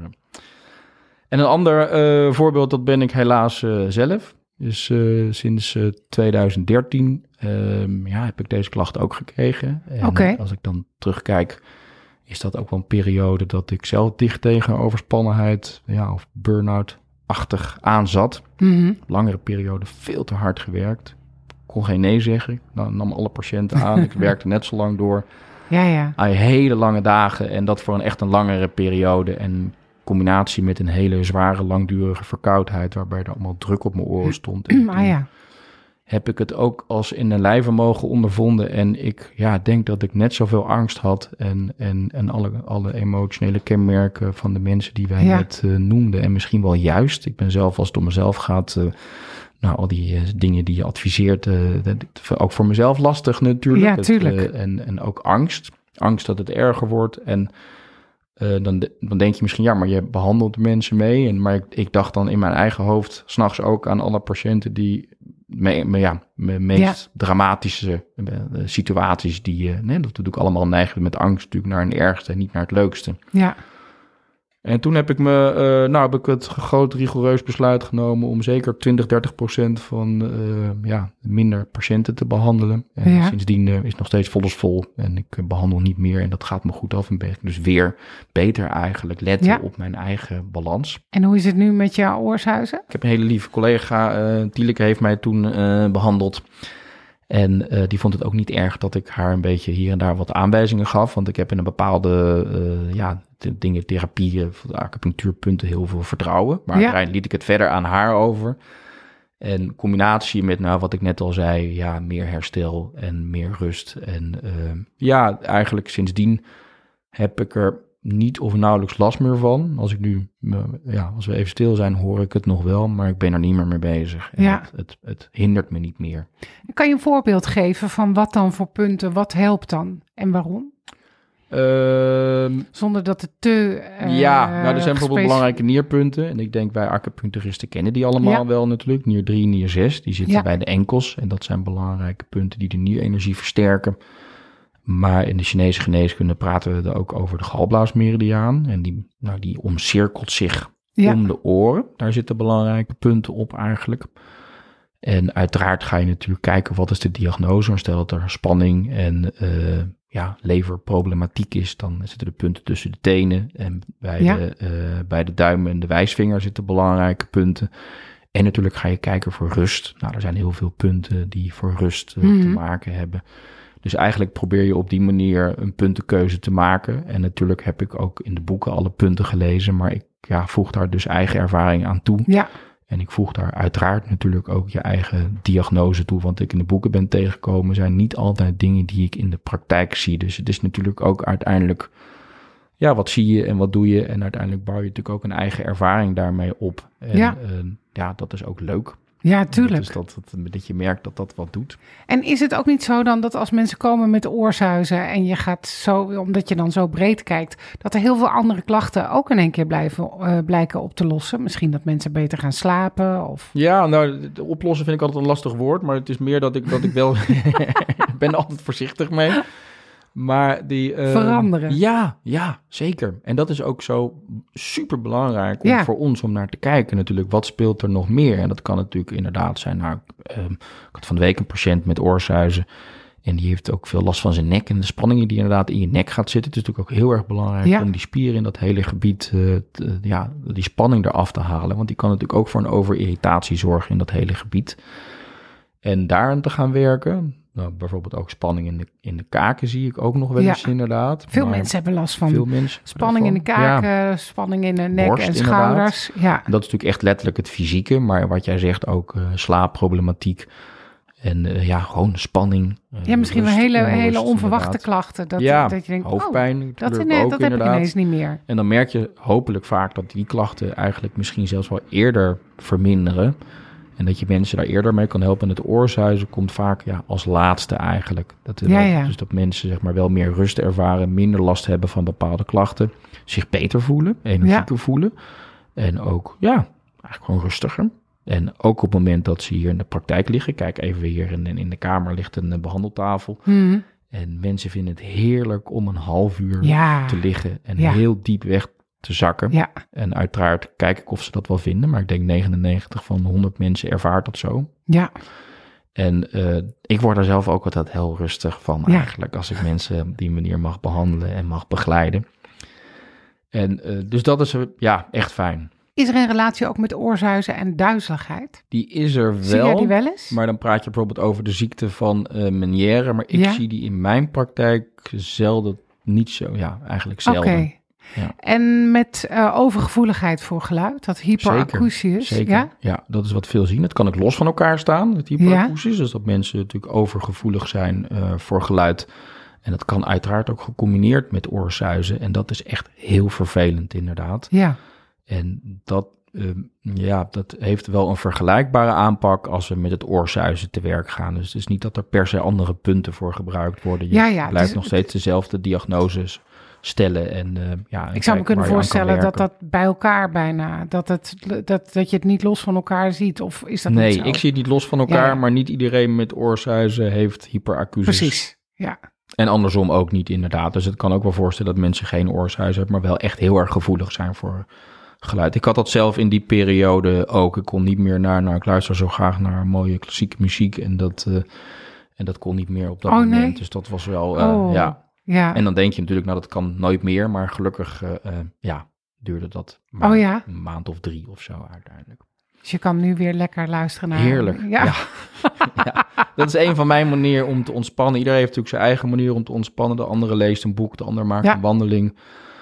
En een ander uh, voorbeeld, dat ben ik helaas uh, zelf. Dus uh, sinds uh, twintig dertien uh, ja, heb ik deze klacht ook gekregen. En okay. als ik dan terugkijk, is dat ook wel een periode dat ik zelf dicht tegen overspannenheid, ja, of burn-out-achtig aanzat. Mm-hmm. Langere periode, veel te hard gewerkt. Kon geen nee zeggen. Ik nam alle patiënten aan. Ik werkte net zo lang door. Ja, ja. Aan hele lange dagen en dat voor een echt een langere periode. En combinatie met een hele zware, langdurige verkoudheid, waarbij er allemaal druk op mijn oren stond. En ah, ja. heb ik het ook als in de lijve mogen ondervonden. En ik ja, denk dat ik net zoveel angst had en, en, en alle, alle emotionele kenmerken van de mensen die wij ja. net uh, noemden. En misschien wel juist. Ik ben zelf, als het om mezelf gaat, uh, nou, al die uh, dingen die je adviseert, uh, dat, ook voor mezelf lastig natuurlijk. Ja, tuurlijk. Het, uh, en, en ook angst. Angst dat het erger wordt. En Uh, dan, dan denk je misschien, ja, maar je behandelt de mensen mee. En, maar ik, ik dacht dan in mijn eigen hoofd 's nachts ook aan alle patiënten die me, me, ja, me meest ja. dramatische uh, situaties die, uh, nee, dat doe ik allemaal neigen met angst natuurlijk naar een ergste en niet naar het leukste. Ja. En toen heb ik me, uh, nou heb ik het groot rigoureus besluit genomen om zeker twintig, dertig procent van uh, ja, minder patiënten te behandelen. En ja. sindsdien uh, is het nog steeds volgens vol en ik uh, behandel niet meer en dat gaat me goed af en ben ik dus weer beter eigenlijk letten ja. op mijn eigen balans. En hoe is het nu met jouw oorsuizen? Ik heb een hele lieve collega, uh, Tieleke heeft mij toen uh, behandeld. En uh, die vond het ook niet erg dat ik haar een beetje hier en daar wat aanwijzingen gaf. Want ik heb in een bepaalde uh, ja, de dingen, therapieën, acupunctuurpunten heel veel vertrouwen. Maar ja. uiteindelijk liet ik het verder aan haar over. En combinatie met, nou, wat ik net al zei, ja, meer herstel en meer rust. En uh, ja, eigenlijk sindsdien heb ik er niet of nauwelijks last meer van. Als ik nu, ja, als we even stil zijn, hoor ik het nog wel, maar ik ben er niet meer mee bezig. En ja. het, het, het hindert me niet meer. Kan je een voorbeeld geven van wat dan voor punten, wat helpt dan en waarom? Uh, Zonder dat het te uh, Ja, nou, er zijn bijvoorbeeld gespeeld... belangrijke nierpunten. En ik denk wij acupuncturisten kennen die allemaal ja. wel natuurlijk. Nier drie, nier zes, die zitten ja. bij de enkels. En dat zijn belangrijke punten die de nierenergie versterken. Maar in de Chinese geneeskunde praten we er ook over de galblaasmeridiaan. En die, nou, die omcirkelt zich ja. om de oren. Daar zitten belangrijke punten op eigenlijk. En uiteraard ga je natuurlijk kijken, wat is de diagnose? Stel dat er spanning en uh, ja, leverproblematiek is, dan zitten de punten tussen de tenen. En bij, ja. de, uh, bij de duim en de wijsvinger zitten belangrijke punten. En natuurlijk ga je kijken voor rust. Nou, er zijn heel veel punten die voor rust uh, mm-hmm. te maken hebben. Dus eigenlijk probeer je op die manier een puntenkeuze te maken. En natuurlijk heb ik ook in de boeken alle punten gelezen, maar ik ja, voeg daar dus eigen ervaring aan toe. Ja. En ik voeg daar uiteraard natuurlijk ook je eigen diagnose toe. Want ik in de boeken ben tegengekomen, zijn niet altijd dingen die ik in de praktijk zie. Dus het is natuurlijk ook uiteindelijk, ja, wat zie je en wat doe je? En uiteindelijk bouw je natuurlijk ook een eigen ervaring daarmee op. En ja, uh, ja dat is ook leuk. Ja, tuurlijk. Dus dat, dat, dat je merkt dat dat wat doet. En is het ook niet zo dan dat als mensen komen met oorsuizen en je gaat zo, omdat je dan zo breed kijkt, dat er heel veel andere klachten ook in één keer blijven, uh, blijken op te lossen? Misschien dat mensen beter gaan slapen? Of... Ja, nou, oplossen vind ik altijd een lastig woord, maar het is meer dat ik, dat ik wel, ik ben er altijd voorzichtig mee. Maar die... Uh, Veranderen. Ja, ja, zeker. En dat is ook zo super belangrijk om, ja. voor ons om naar te kijken natuurlijk. Wat speelt er nog meer? En dat kan natuurlijk inderdaad zijn. Nou, um, ik had van de week een patiënt met oorsuizen. En die heeft ook veel last van zijn nek. En de spanningen die inderdaad in je nek gaat zitten. Het is natuurlijk ook heel erg belangrijk ja. om die spieren in dat hele gebied, uh, te, ja, die spanning eraf te halen. Want die kan natuurlijk ook voor een overirritatie zorgen in dat hele gebied. En daaraan te gaan werken... Nou, bijvoorbeeld ook spanning in de, in de kaken zie ik ook nog wel eens ja. inderdaad. Veel mensen hebben last van veel mensen spanning van, in de kaken, ja. spanning in de nek Borst, en schouders. Ja. En dat is natuurlijk echt letterlijk het fysieke, maar wat jij zegt ook uh, slaapproblematiek en uh, ja, gewoon spanning. Uh, ja, misschien rust, wel hele, onrust, hele onverwachte inderdaad. klachten. Dat, ja, dat je denkt, hoofdpijn oh, dat, in, nee, ook dat heb inderdaad. ik ineens niet meer. En dan merk je hopelijk vaak dat die klachten eigenlijk misschien zelfs wel eerder verminderen. En dat je mensen daar eerder mee kan helpen. En het oorsuizen komt vaak ja, als laatste eigenlijk. Dat, ja, ja. Dus dat mensen zeg maar, wel meer rust ervaren, minder last hebben van bepaalde klachten. Zich beter voelen, energieker ja. voelen. En ook, ja, eigenlijk gewoon rustiger. En ook op het moment dat ze hier in de praktijk liggen. Kijk, even hier in, in de kamer ligt een behandeltafel. Mm. En mensen vinden het heerlijk om een half uur Ja. te liggen en Ja. heel diep weg te zakken. Ja. En uiteraard kijk ik of ze dat wel vinden. Maar ik denk negenennegentig van de honderd mensen ervaart dat zo. Ja. En uh, ik word er zelf ook altijd heel rustig van Ja. eigenlijk. Als ik mensen op die manier mag behandelen en mag begeleiden. En uh, dus dat is uh, ja, echt fijn. Is er een relatie ook met oorsuizen en duizeligheid? Die is er wel. Zie jij die wel eens? Maar dan praat je bijvoorbeeld over de ziekte van uh, Meniere. Maar ik Ja. zie die in mijn praktijk zelden, niet zo, ja, eigenlijk zelden. Oké. Okay. Ja. En met uh, overgevoeligheid voor geluid, dat hyperakoestisch. Zeker, ja? ja, dat is wat veel zien. Het kan ook los van elkaar staan, het hyperakoestisch. Ja. Dus dat mensen natuurlijk overgevoelig zijn uh, voor geluid. En dat kan uiteraard ook gecombineerd met oorsuizen. En dat is echt heel vervelend inderdaad. Ja. En dat, uh, ja, dat heeft wel een vergelijkbare aanpak als we met het oorsuizen te werk gaan. Dus het is niet dat er per se andere punten voor gebruikt worden. Je ja, ja, blijft dus, nog steeds dezelfde diagnoses stellen. En, uh, ja, en ik zou me kunnen voorstellen dat dat bij elkaar bijna, dat, het, dat, dat je het niet los van elkaar ziet. Of is dat nee, niet zo? Ik zie het niet los van elkaar, ja, ja. Maar niet iedereen met oorsuizen heeft hyperacusis. Precies, ja. En andersom ook niet inderdaad. Dus het kan ook wel voorstellen dat mensen geen oorsuizen hebben, maar wel echt heel erg gevoelig zijn voor geluid. Ik had dat zelf in die periode ook. Ik kon niet meer naar, nou ik luister zo graag naar mooie klassieke muziek en dat, uh, en dat kon niet meer op dat oh, moment. Nee? Dus dat was wel, uh, oh, ja. ja. En dan denk je natuurlijk, nou dat kan nooit meer, maar gelukkig, uh, uh, ja, duurde dat maar oh, ja? een maand of drie of zo uiteindelijk. Dus je kan nu weer lekker luisteren naar... Heerlijk, ja. ja. ja. Dat is een van mijn manieren om te ontspannen. Iedereen heeft natuurlijk zijn eigen manier om te ontspannen. De andere leest een boek, de ander maakt ja. een wandeling.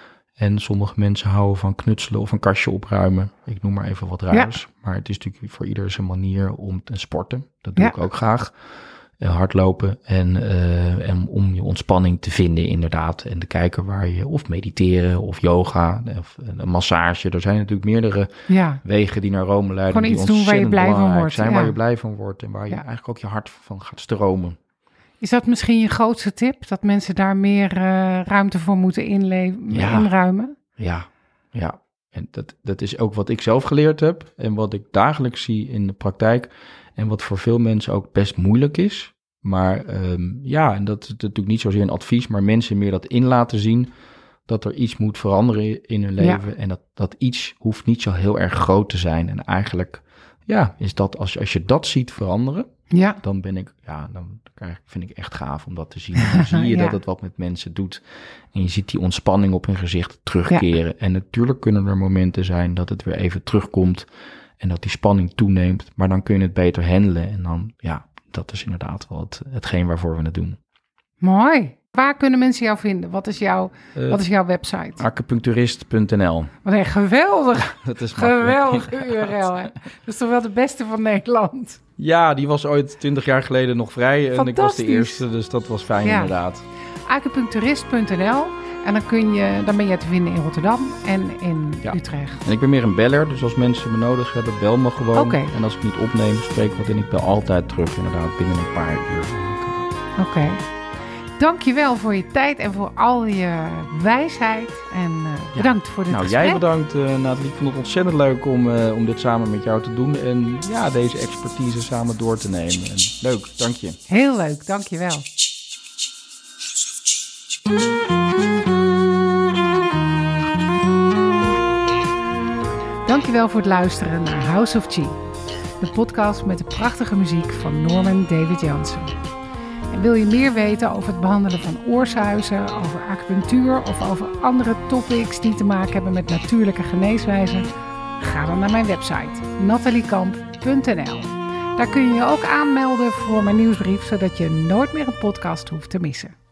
En sommige mensen houden van knutselen of een kastje opruimen. Ik noem maar even wat raars. Ja. Maar het is natuurlijk voor ieder zijn manier om te sporten. Dat doe ja. ik ook graag. Uh, hardlopen en, uh, en om je ontspanning te vinden inderdaad. En te kijken waar je, of mediteren of yoga of een massage. Er zijn natuurlijk meerdere ja. wegen die naar Rome leiden. Gewoon die iets doen waar je blij van wordt. Zijn, ja. Waar je blij van wordt en waar je ja. eigenlijk ook je hart van gaat stromen. Is dat misschien je grootste tip? Dat mensen daar meer uh, ruimte voor moeten inle- ja. inruimen? Ja, ja. En dat, dat is ook wat ik zelf geleerd heb. En wat ik dagelijks zie in de praktijk. En wat voor veel mensen ook best moeilijk is. Maar um, ja, en dat is natuurlijk niet zozeer een advies, maar mensen meer dat in laten zien dat er iets moet veranderen in hun leven. Ja. En dat, dat iets hoeft niet zo heel erg groot te zijn. En eigenlijk, ja, is dat als je, als je dat ziet veranderen, ja. dan ben ik, ja, dan krijg, vind ik echt gaaf om dat te zien. Dan zie je ja. dat het wat met mensen doet. En je ziet die ontspanning op hun gezicht terugkeren. Ja. En natuurlijk kunnen er momenten zijn dat het weer even terugkomt en dat die spanning toeneemt. Maar dan kun je het beter handelen en dan, ja, dat is inderdaad wel het, hetgeen waarvoor we het doen. Mooi. Waar kunnen mensen jou vinden? Wat is, jouw, uh, wat is jouw website? acupuncturist punt n l. Wat een geweldig, dat is geweldige U R L. Hè? Dat is toch wel de beste van Nederland? Ja, die was ooit twintig jaar geleden nog vrij. En ik was de eerste, dus dat was fijn ja. inderdaad. acupuncturist punt n l. En dan, kun je, dan ben je te vinden in Rotterdam en in ja. Utrecht. En ik ben meer een beller, dus als mensen me nodig hebben, bel me gewoon. Okay. En als ik niet opneem, spreek ik wat in. Ik bel altijd terug, inderdaad, binnen een paar uur. Oké. Okay. Dankjewel voor je tijd en voor al je wijsheid. En uh, ja. bedankt voor dit nou, gesprek. Nou, jij bedankt, uh, Nathalie. Ik vond het ontzettend leuk om, uh, om dit samen met jou te doen. En ja, deze expertise samen door te nemen. En leuk, dank je. Heel leuk, dankjewel. Dankjewel voor het luisteren naar House of Chi. De podcast met de prachtige muziek van Norman David Jansen. En wil je meer weten over het behandelen van oorsuizen, over acupunctuur of over andere topics die te maken hebben met natuurlijke geneeswijzen? Ga dan naar mijn website nataliekamp punt n l. Daar kun je je ook aanmelden voor mijn nieuwsbrief, zodat je nooit meer een podcast hoeft te missen.